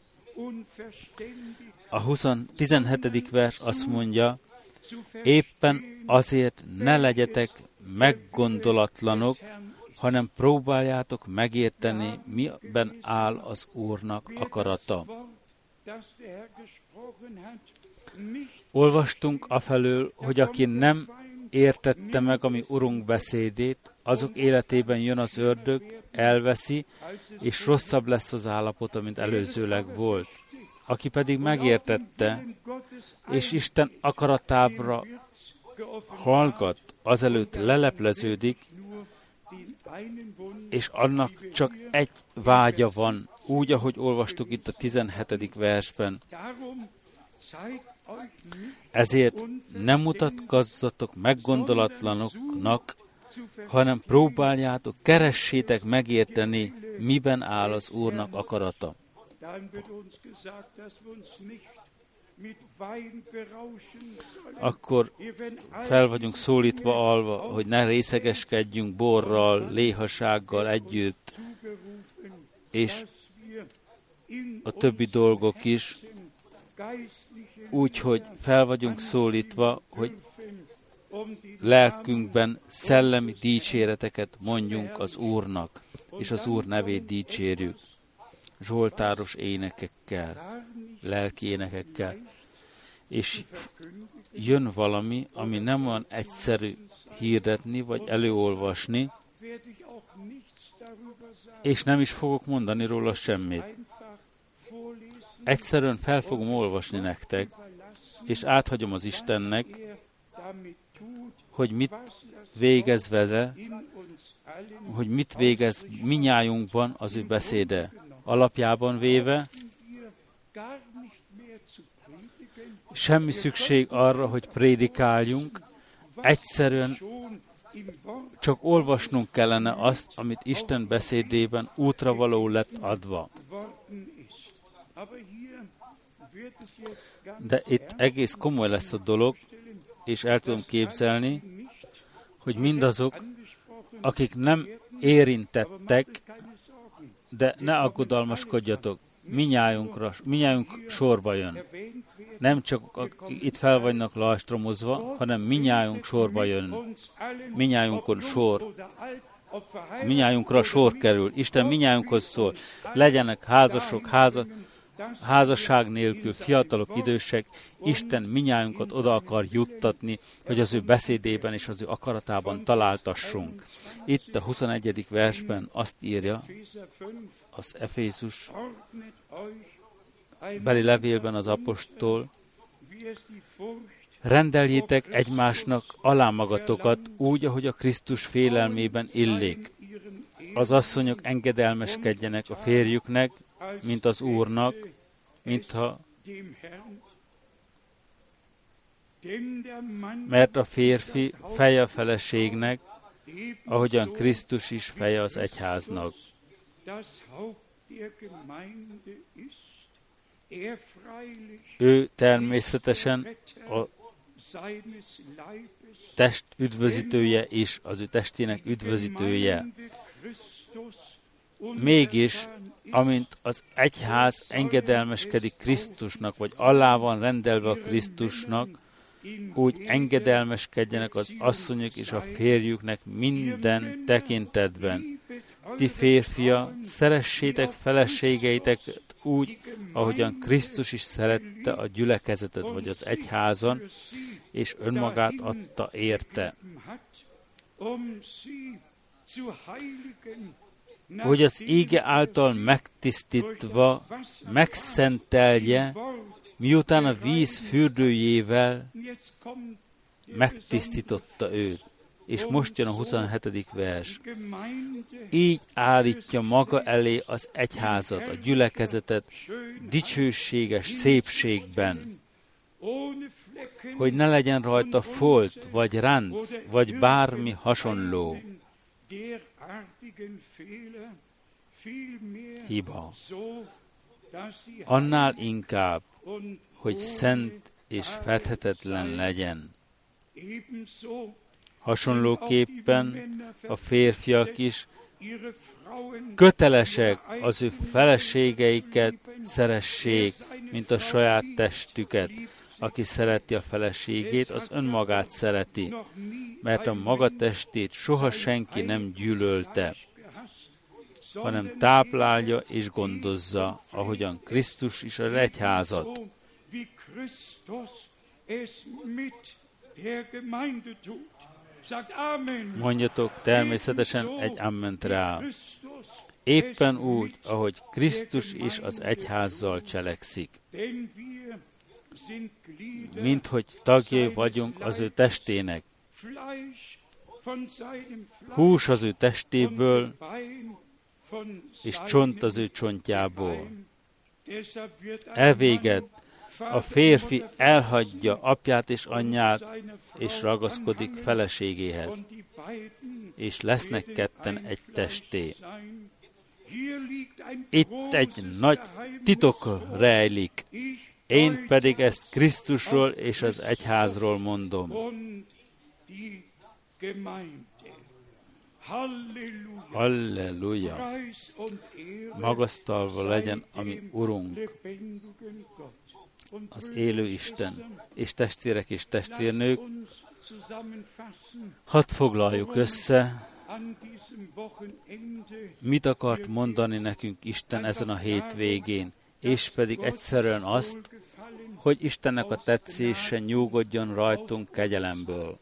A 17. vers azt mondja, éppen azért ne legyetek meggondolatlanok, hanem próbáljátok megérteni, miben áll az Úrnak akarata. Olvastunk afelől, hogy aki nem értette meg a mi Urunk beszédét, azok életében jön az ördög, elveszi, és rosszabb lesz az állapota, mint előzőleg volt. Aki pedig megértette, és Isten akaratára hallgat, azelőtt lelepleződik, és annak csak egy vágya van, úgy, ahogy olvastuk itt a 17. versben. Ezért nem mutatkozzatok meggondolatlanoknak, hanem próbáljátok, keressétek megérteni, miben áll az Úrnak akarata. Akkor fel vagyunk szólítva alva, hogy ne részegeskedjünk borral, léhasággal együtt, és a többi dolgok is, úgyhogy fel vagyunk szólítva, hogy lelkünkben szellemi dicséreteket mondjunk az Úrnak, és az Úr nevét dicsérjük. Zsoltáros énekekkel, lelki énekekkel. És jön valami, ami nem olyan egyszerű hirdetni, vagy előolvasni, és nem is fogok mondani róla semmit. Egyszerűen fel fogom olvasni nektek, és áthagyom az Istennek, hogy mit végez vele, hogy mit végez minnyájunkban az ő beszéde. Alapjában véve, semmi szükség arra, hogy prédikáljunk, egyszerűen csak olvasnunk kellene azt, amit Isten beszédében útravaló lett adva. De itt egész komoly lesz a dolog, és el tudom képzelni, hogy mindazok, akik nem érintettek, de ne aggodalmaskodjatok, minnyájunk sorba jön. Nem csak itt fel vannak lajstromozva, hanem minnyájunk sorba jön. Minnyájunkra sor kerül. Isten minnyájunkhoz szól. Legyenek házasok, házasság nélkül, fiatalok, idősek, Isten minnyájunkat oda akar juttatni, hogy az ő beszédében és az ő akaratában találtassunk. Itt a 21. versben azt írja az Efézus beli levélben az apostol: rendeljétek egymásnak alá magatokat úgy, ahogy a Krisztus félelmében illik. Az asszonyok engedelmeskedjenek a férjüknek, mint az Úrnak, mert a férfi feje a feleségnek, ahogyan Krisztus is feje az egyháznak. Ő természetesen a test üdvözítője is, az ő testének üdvözítője. Mégis, amint az egyház engedelmeskedik Krisztusnak, vagy alá van rendelve a Krisztusnak, úgy engedelmeskedjenek az asszonyok és a férjüknek minden tekintetben. Ti férfia, szeressétek feleségeiteket úgy, ahogyan Krisztus is szerette a gyülekezetet, vagy az egyházon, és önmagát adta érte. Hogy az íge által megtisztítva megszentelje, miután a víz fürdőjével megtisztította őt. És most jön a 27. vers. Így állítja maga elé az egyházat, a gyülekezetet dicsőséges szépségben, hogy ne legyen rajta folt, vagy ránc, vagy bármi hasonló hiba. Annál inkább, hogy szent és fedhetetlen legyen. Hasonlóképpen a férfiak is kötelesek az ő feleségeiket szeressék, mint a saját testüket. Aki szereti a feleségét, az önmagát szereti, mert a maga testét soha senki nem gyűlölte, hanem táplálja és gondozza, ahogyan Krisztus is az egyházat. Mondjatok természetesen egy amment rá. Éppen úgy, ahogy Krisztus is az egyházzal cselekszik. minthogy tagjai vagyunk az ő testének. Hús az ő testéből, és csont az ő csontjából. Elvéged a férfi elhagyja apját és anyját, és ragaszkodik feleségéhez, és lesznek ketten egy testé. Itt egy nagy titok rejlik, én pedig ezt Krisztusról és az egyházról mondom. Halleluja! Magasztalva legyen a mi Urunk, az élő Isten, és testvérek és testvérnők, hadd foglaljuk össze, mit akart mondani nekünk Isten ezen a hétvégén, és pedig egyszerűen azt, hogy Istennek a tetszése nyugodjon rajtunk kegyelemből.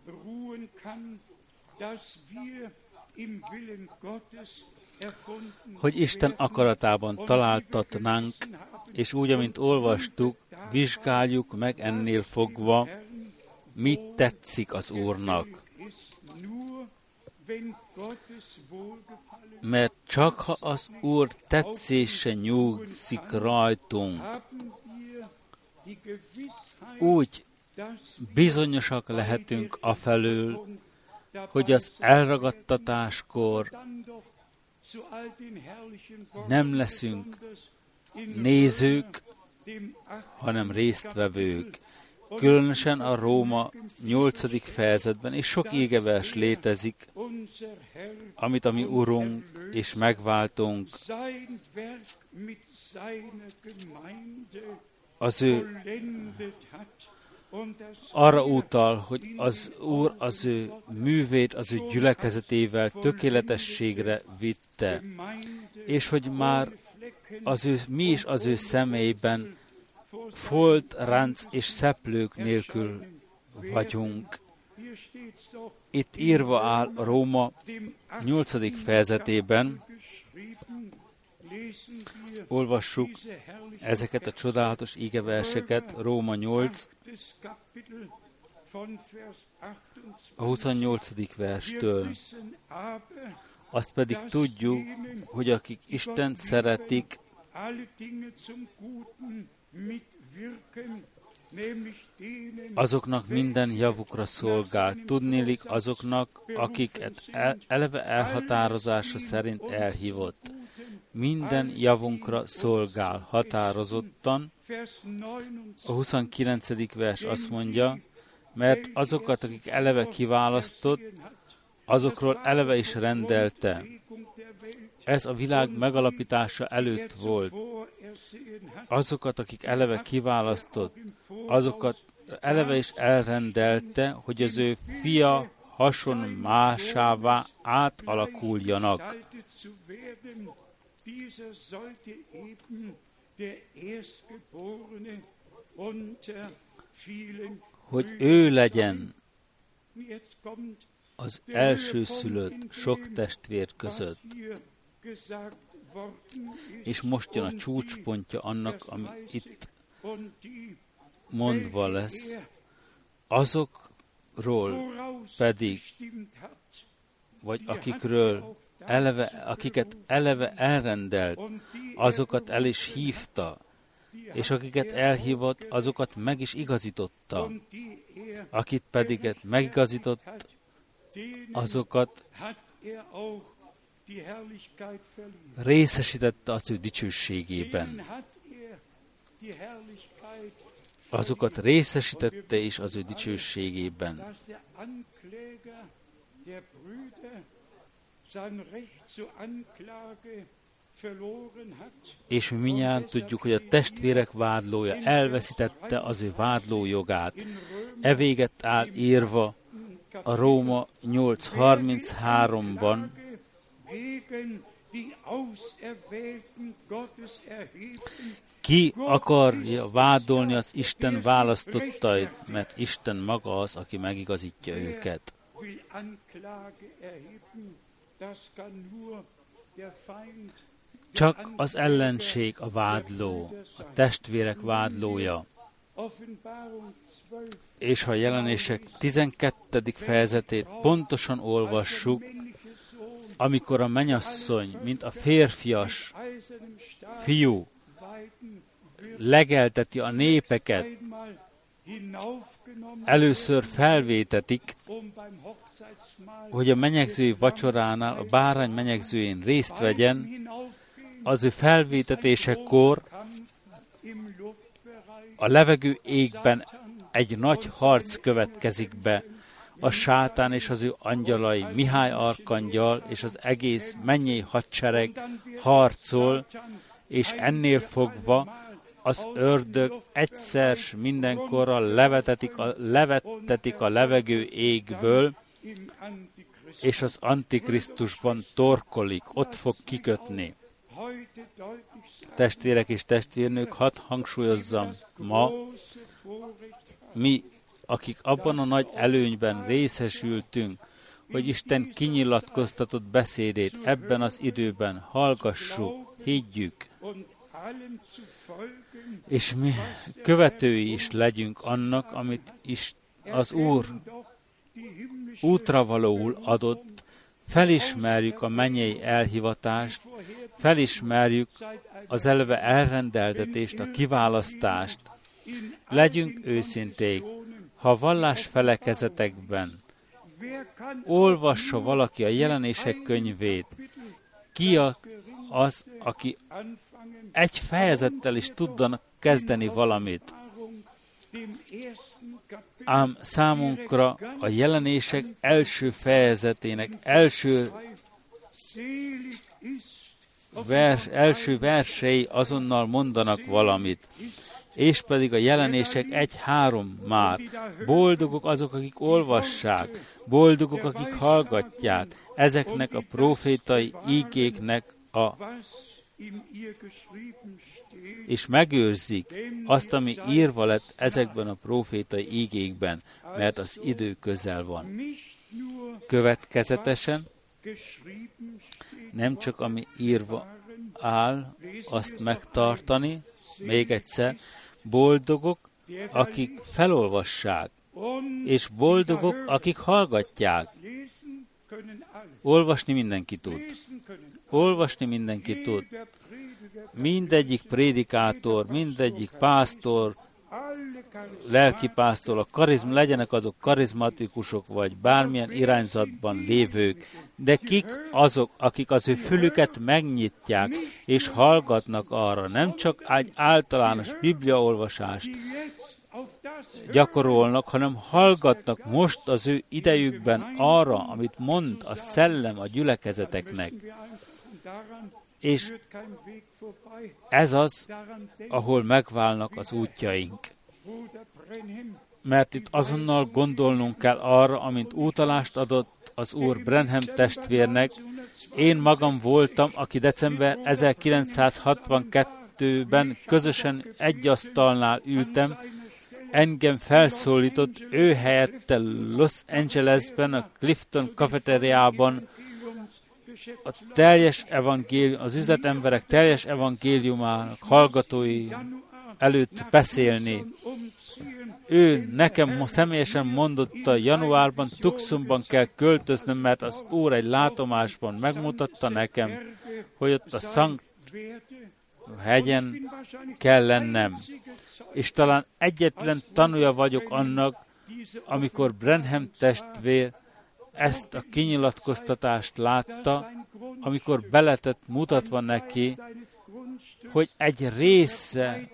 Hogy Isten akaratában találtatnánk, és úgy, amint olvastuk, vizsgáljuk meg ennél fogva, mit tetszik az Úrnak. Mert csak ha az Úr tetszése nyugszik rajtunk, úgy bizonyosak lehetünk afelől, hogy az elragadtatáskor nem leszünk nézők, hanem résztvevők. Különösen a Róma 8. fejezetben, és sok igevers létezik, amit a mi Urunk és megváltunk az ő arra utal, hogy az Úr az ő művét, az ő gyülekezetével tökéletességre vitte, és hogy már mi is az ő személyben folt, ránc és szeplők nélkül vagyunk. Itt írva áll a Róma 8. fejezetében, olvassuk ezeket a csodálatos igeverseket, Róma 8, a 28. verstől. Azt pedig tudjuk, hogy akik Istent szeretik, azoknak minden javukra szolgál. Tudniillik azoknak, akiket eleve elhatározása szerint elhívott. Minden javunkra szolgál határozottan. A 29. vers azt mondja, mert azokat, akik eleve kiválasztott, azokról eleve is rendelte. Ez a világ megalapítása előtt volt. Azokat, akik eleve kiválasztott, azokat eleve is elrendelte, hogy az ő fia hasonmásává átalakuljanak. Hogy ő legyen az elsőszülött sok testvér között. És most jön a csúcspontja annak, ami itt mondva lesz. Azokról pedig, vagy akiket eleve elrendelt, azokat el is hívta, és akiket elhívott, azokat meg is igazította. Akit pedig megigazított, azokat részesítette az ő dicsőségében. Azokat részesítette is az ő dicsőségében. És mi mindjárt tudjuk, hogy a testvérek vádlója elveszítette az ő vádlójogát. Evéget áll írva a Róma 8.33-ban, ki akarja vádolni az Isten választottait, mert Isten maga az, aki megigazítja őket. Csak az ellenség a vádló, a testvérek vádlója. És ha a Jelenések 12. fejezetét pontosan olvassuk, amikor a mennyasszony, mint a férfias fiú legelteti a népeket, először felvétetik, hogy a menyegzői vacsoránál, a bárány menyegzőjén részt vegyen, az ő felvétetésekor a levegő égben egy nagy harc következik be. A sátán és az ő angyalai, Mihály arkangyal és az egész mennyei hadsereg harcol, és ennél fogva az ördög egyszer mindenkorra levettetik a levegő égből, és az Antikrisztusban torkolik, ott fog kikötni. Testvérek és testvérnők, hadd hangsúlyozzam ma, mi, akik abban a nagy előnyben részesültünk, hogy Isten kinyilatkoztatott beszédét ebben az időben hallgassuk, higgyük, és mi követői is legyünk annak, amit is az Úr útravalóul adott, felismerjük a mennyei elhivatást, felismerjük az eleve elrendeltetést, a kiválasztást. Legyünk őszinték, ha a vallás felekezetekben olvassa valaki a Jelenések könyvét, ki az, aki egy fejezettel is tudna kezdeni valamit. Ám számunkra a Jelenések első fejezetének első versei azonnal mondanak valamit, és pedig a Jelenések 1-3 már. Boldogok azok, akik olvassák, boldogok, akik hallgatják ezeknek a profétai ígéknek és megőrzik azt, ami írva lett ezekben a profétai ígékben, mert az idő közel van. Következetesen nem csak ami írva áll, azt megtartani, még egyszer, boldogok, akik felolvassák, és boldogok, akik hallgatják. Olvasni mindenki tud. Olvasni mindenki tud. Mindegyik prédikátor, mindegyik pásztor, lelkipásztor, legyenek azok karizmatikusok, vagy bármilyen irányzatban lévők, de kik azok, akik az ő fülüket megnyitják, és hallgatnak arra, nem csak egy általános bibliaolvasást gyakorolnak, hanem hallgatnak most az ő idejükben arra, amit mond a szellem a gyülekezeteknek. És ez az, ahol megválnak az útjaink. Mert itt azonnal gondolnunk kell arra, amint útalást adott az Úr Branham testvérnek. Én magam voltam, aki december 1962-ben közösen egy asztalnál ültem, engem felszólított, ő helyette Los Angelesben, a Clifton kafetériában az üzletemberek teljes evangéliumának hallgatói előtt beszélni. Ő nekem személyesen mondotta, januárban Tucsonban kell költöznöm, mert az Úr egy látomásban megmutatta nekem, hogy ott a Szankt hegyen kell lennem. És talán egyetlen tanúja vagyok annak, amikor Branham testvér ezt a kinyilatkoztatást látta, amikor beletett mutatva neki, hogy egy része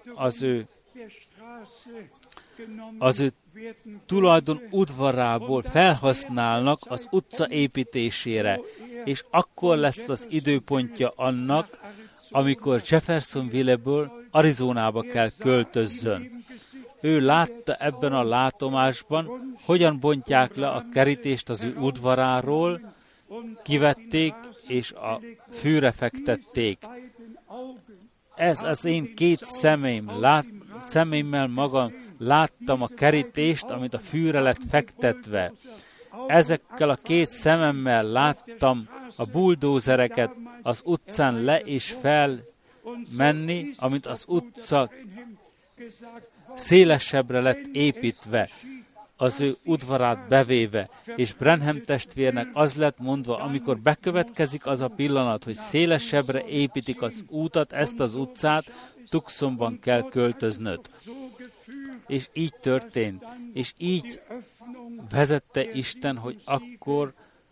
az ő tulajdon udvarából felhasználnak az utca építésére, és akkor lesz az időpontja annak, amikor Jeffersonville-ből Arizonába kell költözzön. Ő látta ebben a látomásban, hogyan bontják le a kerítést az ő udvaráról, kivették és a fűre fektették. Ez az én két szemeimmel magam láttam a kerítést, amit a fűre lett fektetve. Ezekkel a két szememmel láttam a buldózereket az utcán le és fel menni, amit az utca szélesebbre lett építve, az ő udvarát bevéve, és Branham testvérnek az lett mondva, amikor bekövetkezik az a pillanat, hogy szélesebbre építik az útat, ezt az utcát, Tucsonban kell költöznöd. És így történt, és így vezette Isten, hogy akkor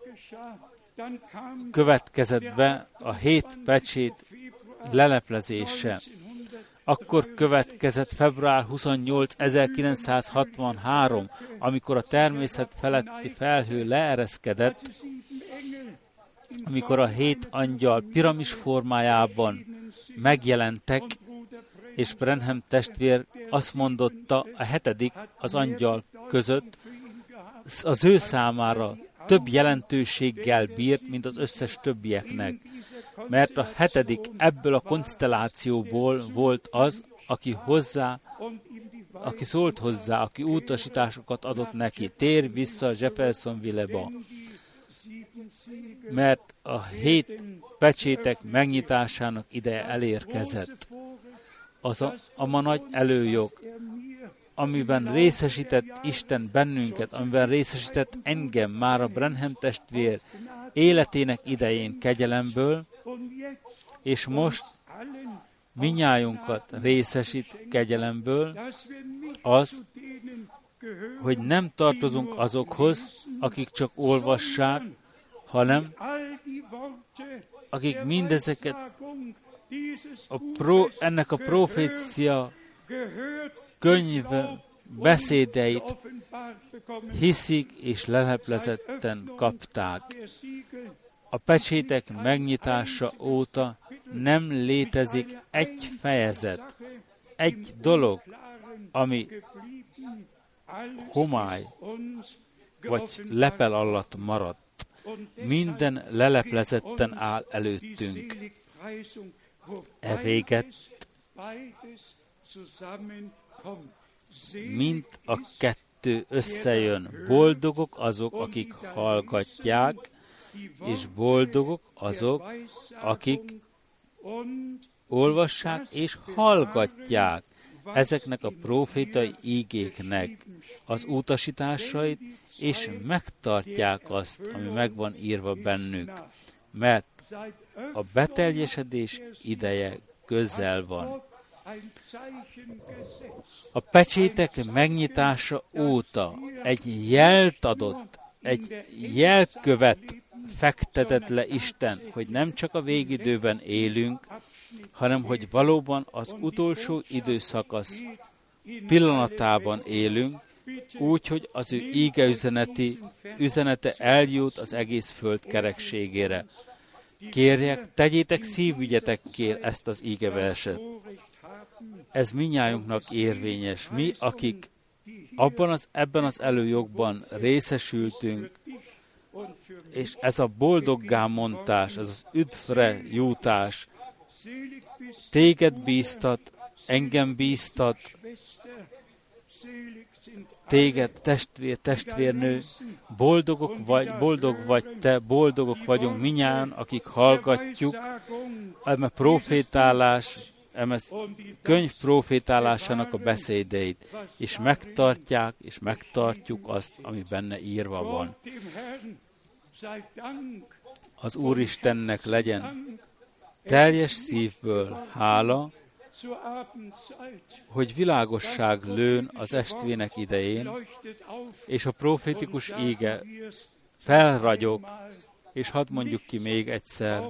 következett be a 7 pecsét leleplezése. Akkor következett február 28. 1963, amikor a természet feletti felhő leereszkedett, amikor a 7 angyal piramis formájában megjelentek, és Branham testvér azt mondotta, a 7. az angyal között az ő számára több jelentőséggel bírt, mint az összes többieknek. Mert a 7. ebből a konstellációból volt az, aki szólt hozzá, aki utasításokat adott neki. Térj vissza Jeffersonville-ba. Mert a 7 pecsétek megnyitásának ideje elérkezett. Az a ma nagy előjog, amiben részesített Isten bennünket, amiben részesített engem már a Branham testvér életének idején kegyelemből, és most minnyájunkat részesít kegyelemből, az, hogy nem tartozunk azokhoz, akik csak olvassák, hanem akik mindezeket ennek a profécia könyv beszédeit hiszik és leleplezetten kapták. A pecsétek megnyitása óta nem létezik egy fejezet, egy dolog, ami homály vagy lepel alatt maradt. Minden leleplezetten áll előttünk. E véget mint a kettő összejön. Boldogok azok, akik hallgatják, és boldogok azok, akik olvassák és hallgatják ezeknek a profétai ígéknek az utasításait, és megtartják azt, ami meg van írva bennük, mert a beteljesedés ideje közel van. A pecsétek megnyitása óta egy jelt adott, egy jelkövet fektetett le Isten, hogy nem csak a végidőben élünk, hanem hogy valóban az utolsó időszakasz pillanatában élünk, úgy, hogy az ő íge üzenete eljut az egész föld kerekségére. Kérjek, tegyétek szívügyetekké ezt az ígeverset. Ez mindnyájunknak érvényes. Mi, akik ebben az előjogban részesültünk, és ez a boldoggá mondás, ez az üdvre jutás, téged bíztat, engem bíztat, téged, testvérnő, boldog vagy te, boldogok vagyunk minnyáján, akik hallgatjuk, eme profétálás, eme könyv profétálásának a beszédeit, és megtartják, és megtartjuk azt, ami benne írva van. Az Úristennek legyen teljes szívből hála, hogy világosság lőn az estvének idején, és a profétikus ége felragyog, és hadd mondjuk ki még egyszer,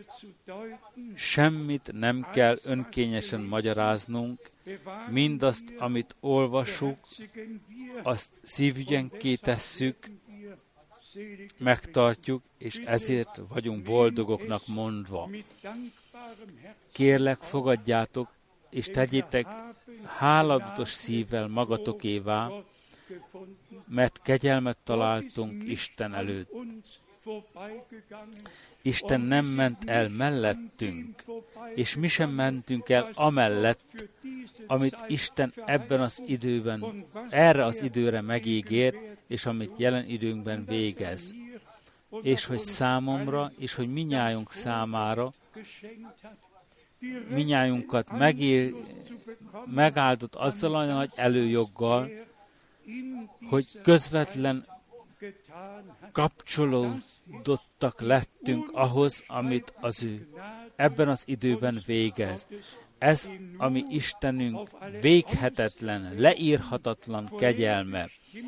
semmit nem kell önkényesen magyaráznunk, mindazt, amit olvasunk, azt szívügyenké tesszük, megtartjuk, és ezért vagyunk boldogoknak mondva. Kérlek, fogadjátok, és tegyétek háladatos szívvel magatokévá, mert kegyelmet találtunk Isten előtt. Isten nem ment el mellettünk, és mi sem mentünk el amellett, amit Isten ebben az időben, erre az időre megígér, és amit jelen időnkben végez. És hogy számomra, és hogy minnyájunk számára minnyájunkat megáldott azzal a nagy előjoggal, hogy közvetlen kapcsolódottak lettünk ahhoz, amit az ő ebben az időben végez. Ez, ami Istenünk véghetetlen, leírhatatlan kegyelme,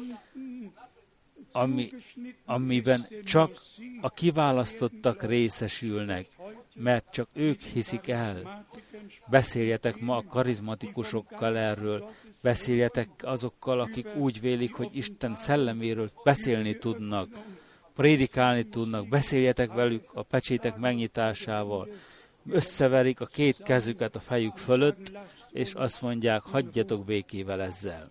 amiben csak a kiválasztottak részesülnek, mert csak ők hiszik el. Beszéljetek ma a karizmatikusokkal erről, beszéljetek azokkal, akik úgy vélik, hogy Isten szelleméről beszélni tudnak, prédikálni tudnak, beszéljetek velük a pecsétek megnyitásával. Összeverik a két kezüket a fejük fölött, és azt mondják, hagyjatok békével ezzel.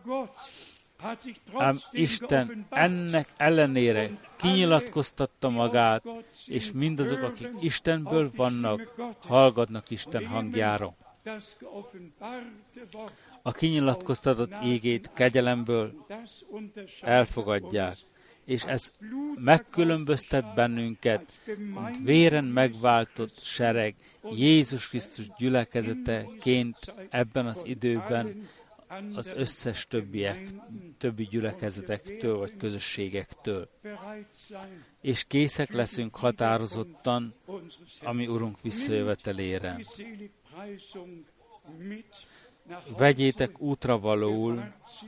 Ám Isten ennek ellenére kinyilatkoztatta magát, és mindazok, akik Istenből vannak, hallgatnak Isten hangjára. A kinyilatkoztatott ígét kegyelemből elfogadják, és ez megkülönböztet bennünket, mint véren megváltott sereg, Jézus Krisztus gyülekezeteként ebben az időben az összes többi gyülekezetektől vagy közösségektől. És készek leszünk határozottan a mi Urunk visszajövetelére. Vegyétek útravalóul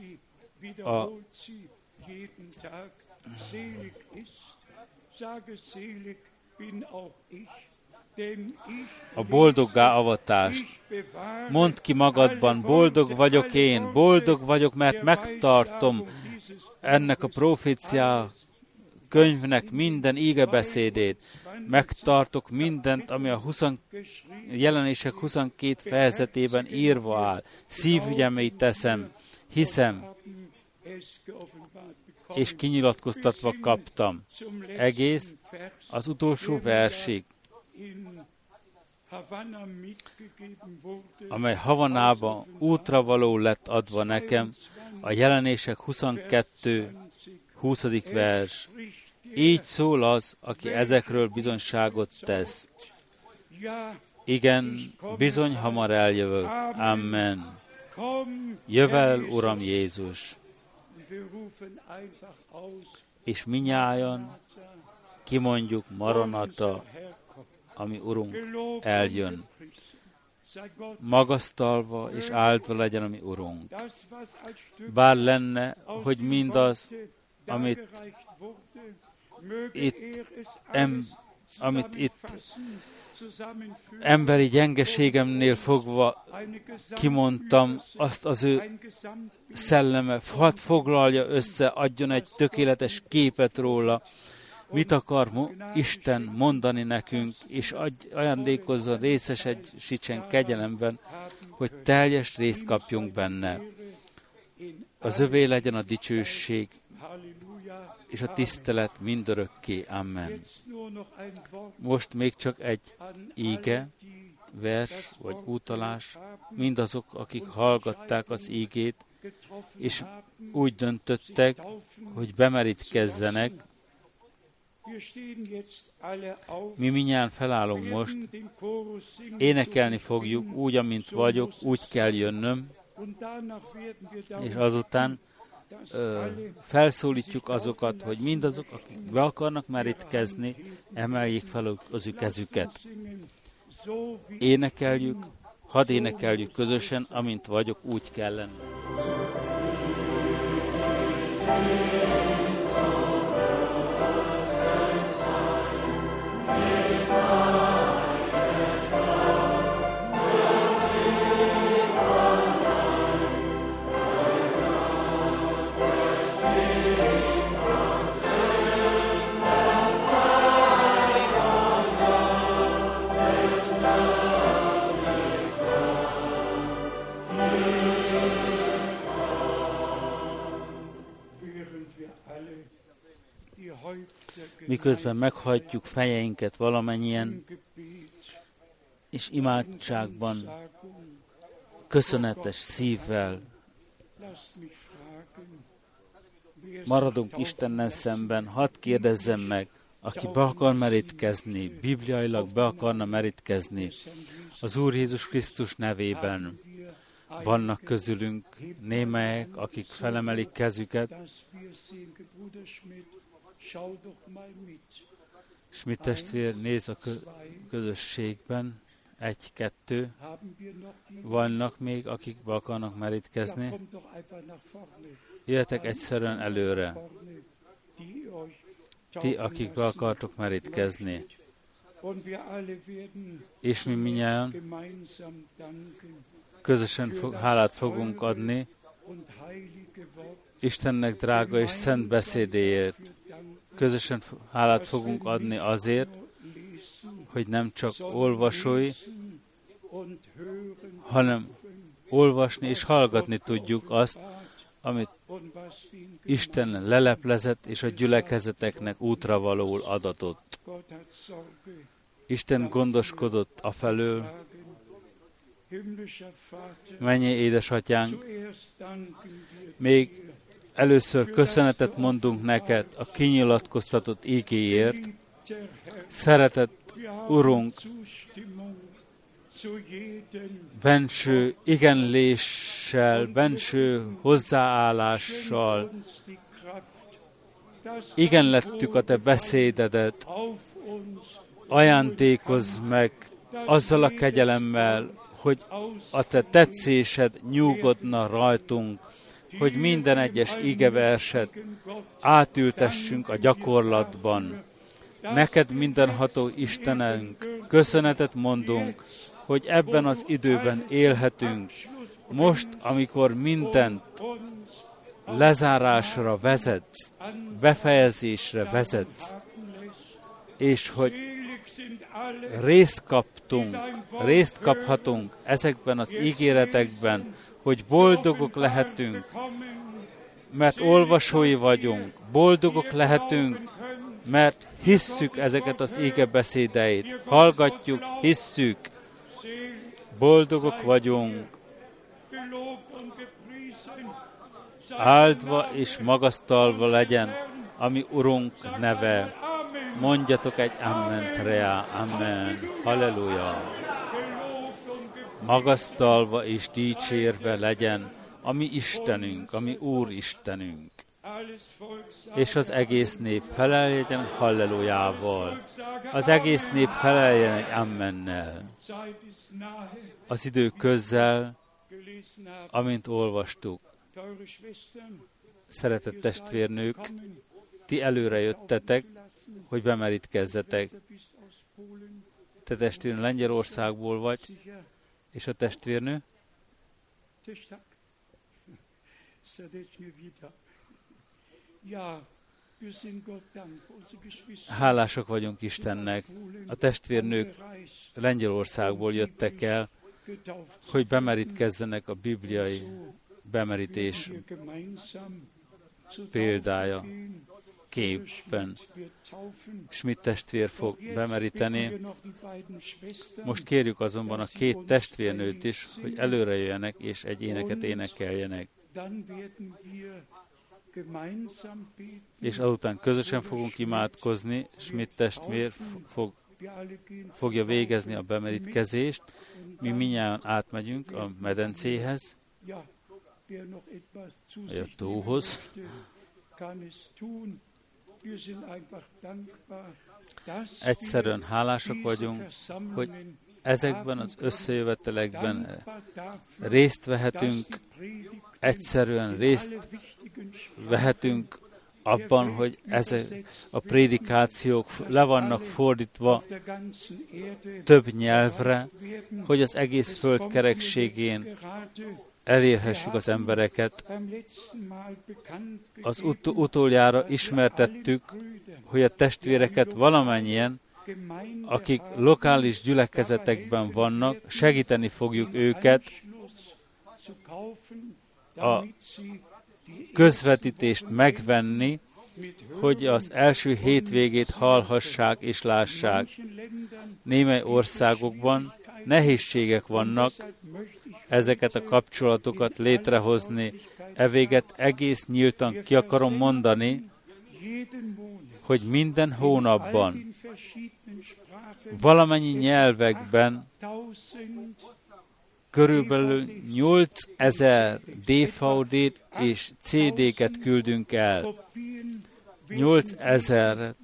a boldoggá avatást. Mondd ki magadban, boldog vagyok, mert megtartom ennek a profécia könyvnek minden ígebeszédét. Megtartok mindent, ami a Jelenések 22 fejezetében írva áll. Szívügyemét teszem, hiszem, és kinyilatkoztatva kaptam. Egész az utolsó versig, amely Havanában útravaló lett adva nekem, a Jelenések 22. 20. vers. Így szól az, aki ezekről bizonyságot tesz. Igen, bizony hamar eljövök. Amen. Jövel, Uram Jézus! És minnyájan kimondjuk Maranata, ami Urunk eljön. Magasztalva és áldva legyen a mi Urunk. Bár lenne, hogy mindaz, amit itt emberi gyengeségemnél fogva kimondtam, azt az ő szelleme, hadd foglalja össze, adjon egy tökéletes képet róla, mit akar Isten mondani nekünk, és ajándékozzon, részesítsen kegyelemben, hogy teljes részt kapjunk benne. Az övé legyen a dicsőség, és a tisztelet mindörökké. Amen. Most még csak egy íge, vers vagy utalás, mindazok, akik hallgatták az ígét, és úgy döntöttek, hogy bemerítkezzenek. Mi mindjárt felállunk most, énekelni fogjuk, úgy, amint vagyok, úgy kell jönnöm, és azután felszólítjuk azokat, hogy mindazok, akik be akarnak merítkezni, emeljék fel az ő kezüket. Énekeljük, hadd énekeljük közösen, amint vagyok, úgy kell lenni. Miközben meghajtjuk fejeinket valamennyien, és imádságban, köszönetes szívvel maradunk Istennel szemben, hadd kérdezzem meg, aki be akar merítkezni, bibliailag be akarna merítkezni az Úr Jézus Krisztus nevében. Vannak közülünk némelyek, akik felemelik kezüket. Schmidt testvér, néz a közösségben. 1-2. Vannak még, akik be akarnak merítkezni. Jöjjetek egyszerűen előre. Ti, akik be akartok merítkezni. És mi mindjárt közösen hálát fogunk adni Istennek drága és szent beszédéért. Közösen hálát fogunk adni azért, hogy nem csak olvasói, hanem olvasni és hallgatni tudjuk azt, amit Isten leleplezett és a gyülekezeteknek útravalóul adatott. Isten gondoskodott afelől, mennyei édesatyánk, még először köszönetet mondunk neked a kinyilatkoztatott ígéért. Szeretett Urunk, benső igenléssel, benső hozzáállással igenlettük a te beszédedet, ajándékozz meg azzal a kegyelemmel, hogy a te tetszésed nyugodna rajtunk, hogy minden egyes igeverset átültessünk a gyakorlatban. Neked mindenható Istenünk, köszönetet mondunk, hogy ebben az időben élhetünk, most, amikor mindent lezárásra vezetsz, befejezésre vezetsz, és hogy részt kaphatunk ezekben az ígéretekben, hogy boldogok lehetünk, mert olvasói vagyunk, boldogok lehetünk, mert hisszük ezeket az ígébeszédeit, hallgatjuk, hisszük, boldogok vagyunk, áldva és magasztalva legyen a mi Urunk neve. Mondjatok egy amment reá, amen, halleluja. Magasztalva és dicsérve legyen a mi Istenünk, a mi Úr Istenünk. És az egész nép feleljen hallelujával. Az egész nép feleljen egy ammennel. Az idő közzel, amint olvastuk. Szeretett testvérnők, ti előre jöttetek, hogy bemerítkezzetek. Te testvérnő Lengyelországból vagy, és a testvérnő? Hálásak vagyunk Istennek. A testvérnők Lengyelországból jöttek el, hogy bemerítkezzenek a bibliai bemerítés példája képen. Schmidt testvér fog bemeríteni. Most kérjük azonban a két testvérnőt is, hogy előre jöjjenek és egy éneket énekeljenek. És azután közösen fogunk imádkozni, Schmidt testvér fogja végezni a bemerítkezést, mi mindjárt átmegyünk a medencéhez, vagy a tóhoz. Egyszerűen hálásak vagyunk, hogy ezekben az összejövetelekben részt vehetünk, egyszerűen részt vehetünk abban, hogy ezek a prédikációk le vannak fordítva több nyelvre, hogy az egész föld kerekségén elérhessük az embereket. Az utoljára ismertettük, hogy a testvéreket valamennyien, akik lokális gyülekezetekben vannak, segíteni fogjuk őket a közvetítést megvenni, hogy az első hétvégét hallhassák és lássák. Némely országokban nehézségek vannak ezeket a kapcsolatokat létrehozni. Evéget egész nyíltan ki akarom mondani, hogy minden hónapban valamennyi nyelvekben körülbelül 8000 DVD-t és CD-ket küldünk el. 8000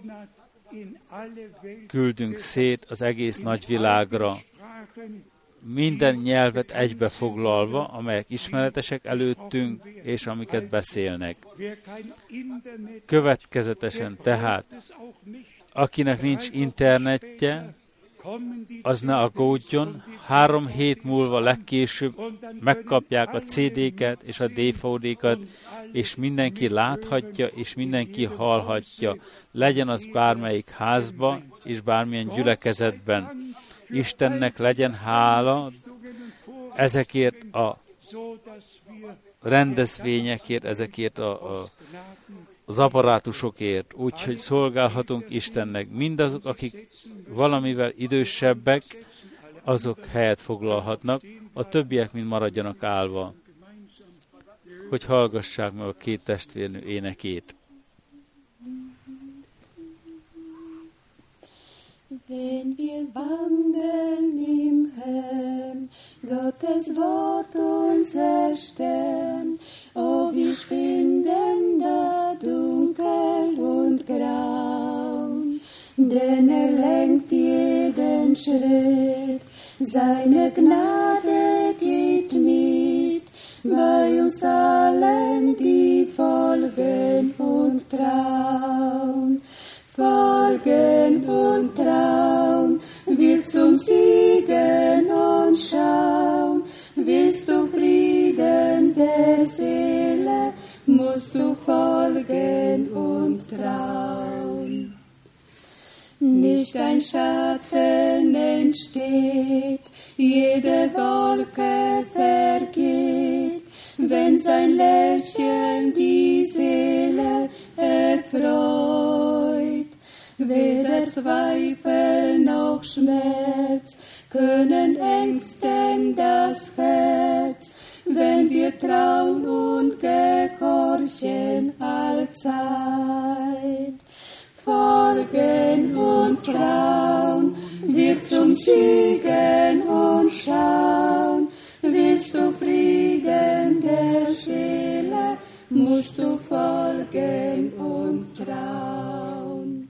küldünk szét az egész nagyvilágra. Minden nyelvet egybefoglalva, amelyek ismeretesek előttünk, és amiket beszélnek. Következetesen tehát, akinek nincs internetje, az ne aggódjon, 3 hét múlva legkésőbb megkapják a CD-ket és a DVD-kat, és mindenki láthatja, és mindenki hallhatja. Legyen az bármelyik házba, és bármilyen gyülekezetben. Istennek legyen hála ezekért a rendezvényekért, ezekért az apparátusokért, úgyhogy szolgálhatunk Istennek. Mindazok, akik valamivel idősebbek, azok helyet foglalhatnak, a többiek mind maradjanak állva, hogy hallgassák meg a 2 testvérnő énekét. Wenn wir wandeln im Herrn, Gottes Wort unser Stern, oh, wir schwinden da dunkel und grau, denn lenkt jeden Schritt, seine Gnade geht mit, bei uns allen, die folgen und trauen. Folgen und trauen, wir zum Siegen und schauen. Willst du Frieden der Seele, musst du folgen und trauen. Nicht ein Schatten entsteht, jede Wolke vergeht, wenn sein Lächeln die Seele erfreut. Weder Zweifel noch Schmerz können ängsten das Herz, wenn wir trauen und gehorchen allzeit. Folgen und trauen, wir zum Siegen und schauen. Willst du Frieden der Seele, musst du folgen und trauen.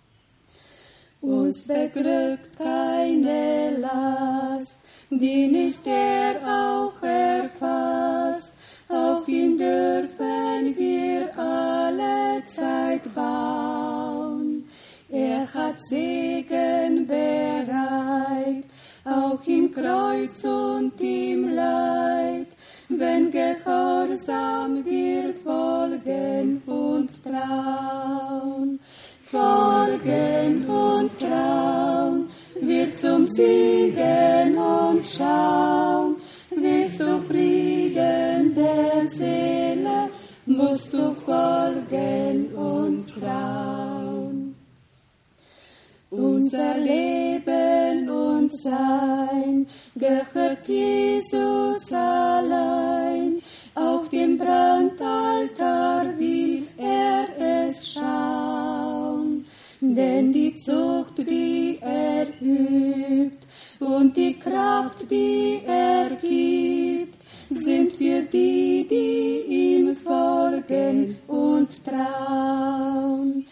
Uns beglückt keine Last, die nicht er auch erfasst. Auf ihn dürfen wir alle Zeit bauen. Er hat Segen bereit, auch im Kreuz und im Leid, wenn gehorsam wir folgen und trauen. Folgen und trauen, wir zum Siegen und schauen. Willst du Frieden der Seele, musst du folgen und trauen. Unser Leben und Sein gehört Jesus allein. Auf dem Brandaltar will er es schauen. Denn die Zucht, die er übt, und die Kraft, die er gibt, sind für die, die ihm folgen und trauen.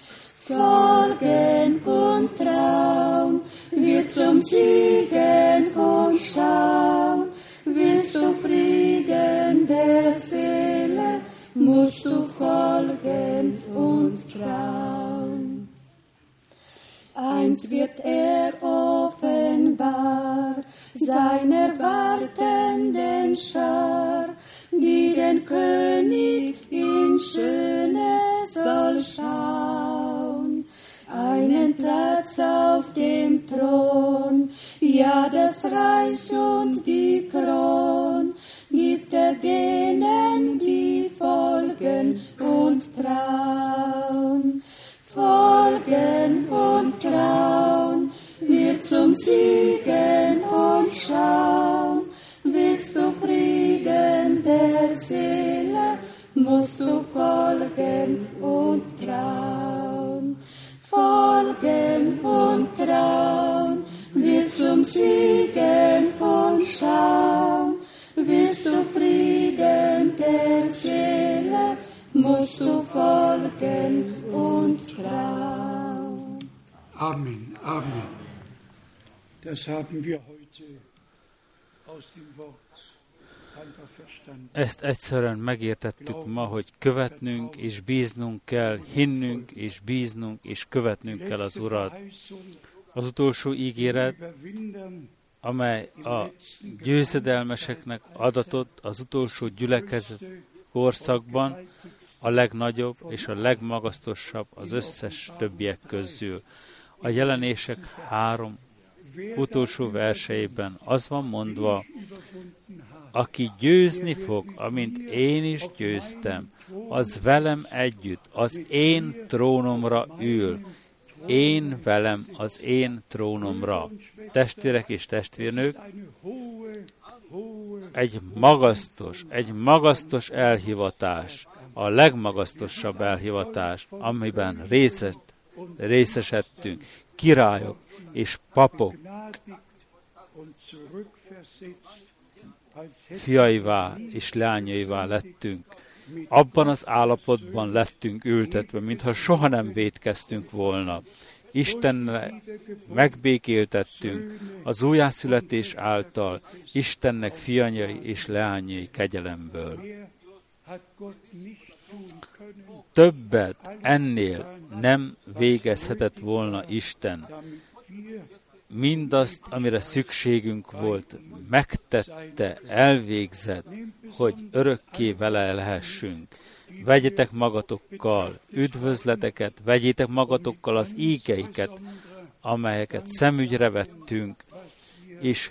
Folgen und trauen, wir zum Siegen und schauen. Willst du Frieden der Seele, musst du folgen und trauen. Eins wird er offenbar, seiner wartenden Schar, die den König in Schöne soll schauen. Einen Platz auf dem Thron, ja das Reich und die Kron, gibt er denen, die folgen und trauen. Folgen und trauen, wir zum Siegen und schauen. Willst du Frieden der Seele, musst du folgen und trauen. musst du folgen und trauen. Amen, Amen. Das haben wir heute aus dem Wort einfach verstanden. Ezt egyszerűen megértettük ma, hogy követnünk és bíznunk kell, hinnünk és bíznunk és követnünk kell az Urat. Az utolsó ígéret, amely a győzedelmeseknek adatott az utolsó gyülekezet korszakban, a legnagyobb és a legmagasztosabb az összes többiek közül. A Jelenések 3 utolsó verseiben az van mondva, aki győzni fog, amint én is győztem, az velem együtt az én trónomra ül, én velem az én trónomra. Testvérek és testvérnők, egy magasztos elhivatás, a legmagasztosabb elhivatás, amiben részesedtünk, királyok és papok fiaivá és leányaivá lettünk. Abban az állapotban lettünk ültetve, mintha soha nem vétkeztünk volna. Istennel megbékéltettünk az újjászületés által, Istennek fianyai és leányai kegyelemből. Többet ennél nem végezhetett volna Isten. Mindazt, amire szükségünk volt, megtette, elvégzett, hogy örökké vele lehessünk. Vegyetek magatokkal üdvözleteket, vegyétek magatokkal az ígeiket, amelyeket szemügyre vettünk, és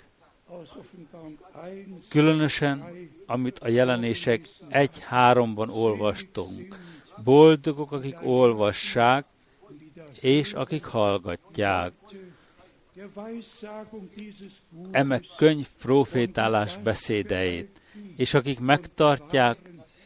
különösen, amit a Jelenések 1:3-ban olvastunk. Boldogok, akik olvassák, és akik hallgatják. Eme könyv profétálás beszédeit, és akik megtartják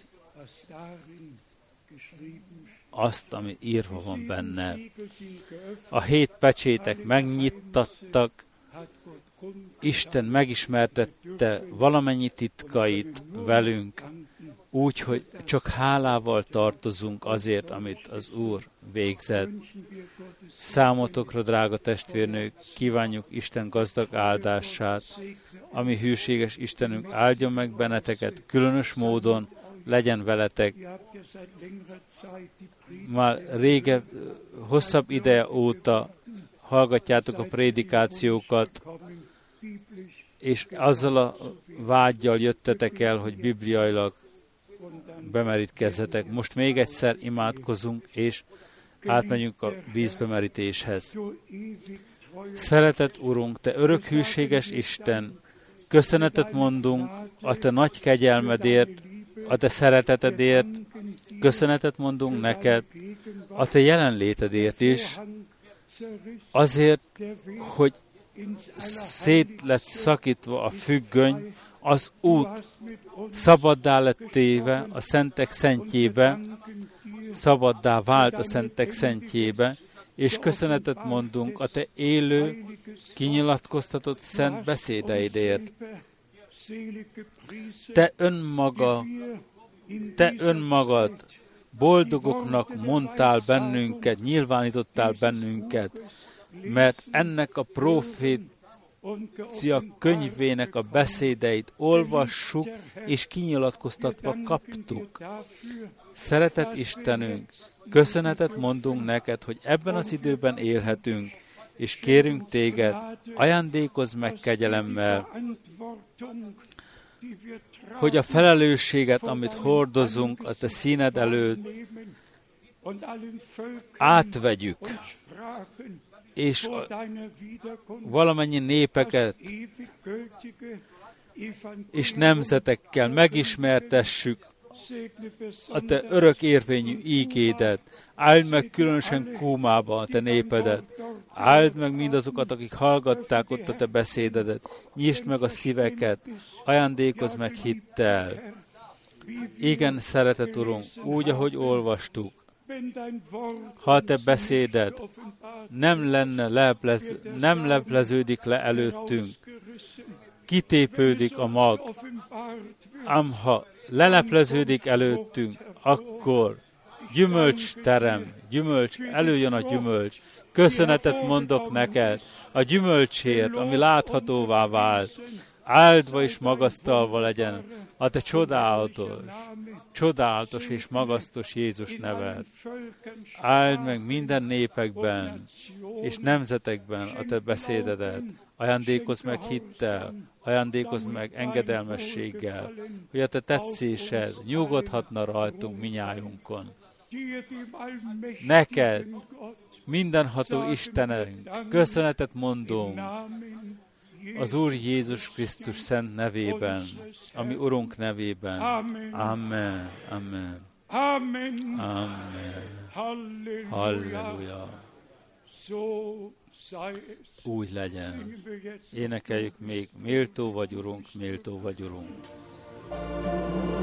azt, ami írva van benne. A 7 pecsétek megnyittattak, Isten megismertette valamennyi titkait velünk, úgy, hogy csak hálával tartozunk azért, amit az Úr végzett. Számotokra, drága testvérnők, kívánjuk Isten gazdag áldását, ami hűséges Istenünk áldjon meg benneteket, különös módon legyen veletek. Már hosszabb ideje óta hallgatjátok a prédikációkat, és azzal a vággyal jöttetek el, hogy bibliailag bemerítkezzetek. Most még egyszer imádkozunk, és átmegyünk a vízbemerítéshez. Szeretett Urunk, Te örök hűséges Isten, köszönetet mondunk a Te nagy kegyelmedért, a Te szeretetedért, köszönetet mondunk neked, a Te jelenlétedért is, azért, hogy szét lett szakítva a függöny, az út szabaddá lett téve a szentek szentjébe, szabaddá vált a szentek szentjébe, és köszönetet mondunk a Te élő, kinyilatkoztatott szent beszédeidért. Te önmagad boldogoknak mondtál bennünket, nyilvánítottál bennünket, mert ennek a profécia könyvének a beszédeit olvassuk, és kinyilatkoztatva kaptuk. Szeretett Istenünk, köszönetet mondunk neked, hogy ebben az időben élhetünk, és kérünk téged, ajándékozz meg kegyelemmel, hogy a felelősséget, amit hordozunk a te színed előtt, átvegyük, és valamennyi népeket és nemzetekkel megismertessük a te örök érvényű ígédet. Áld meg különösen Kúmában a te népedet. Áld meg mindazokat, akik hallgatták ott a te beszédedet. Nyisd meg a szíveket, ajándékozz meg hittel. Igen, szeretett Urunk, úgy, ahogy olvastuk, ha a te beszéded nem lepleződik le előttünk, kitépődik a mag, ám ha lelepleződik előttünk, akkor gyümölcs terem, előjön a gyümölcs. Köszönetet mondok neked a gyümölcsért, ami láthatóvá vált. Áldva és magasztalva legyen a te csodálatos és magasztos Jézus neved. Áld meg minden népekben és nemzetekben a te beszédedet. Ajándékozz meg hittel, ajándékozz meg engedelmességgel, hogy a te tetszésed nyugodhatna rajtunk minnyájunkon. Neked, mindenható Istenünk, köszönetet mondunk az Úr Jézus Krisztus szent nevében, ami Urunk nevében. Amen. Amen. Amen. Halleluja. Úgy legyen. Énekeljük még, méltó vagy Urunk, méltó vagy Urunk.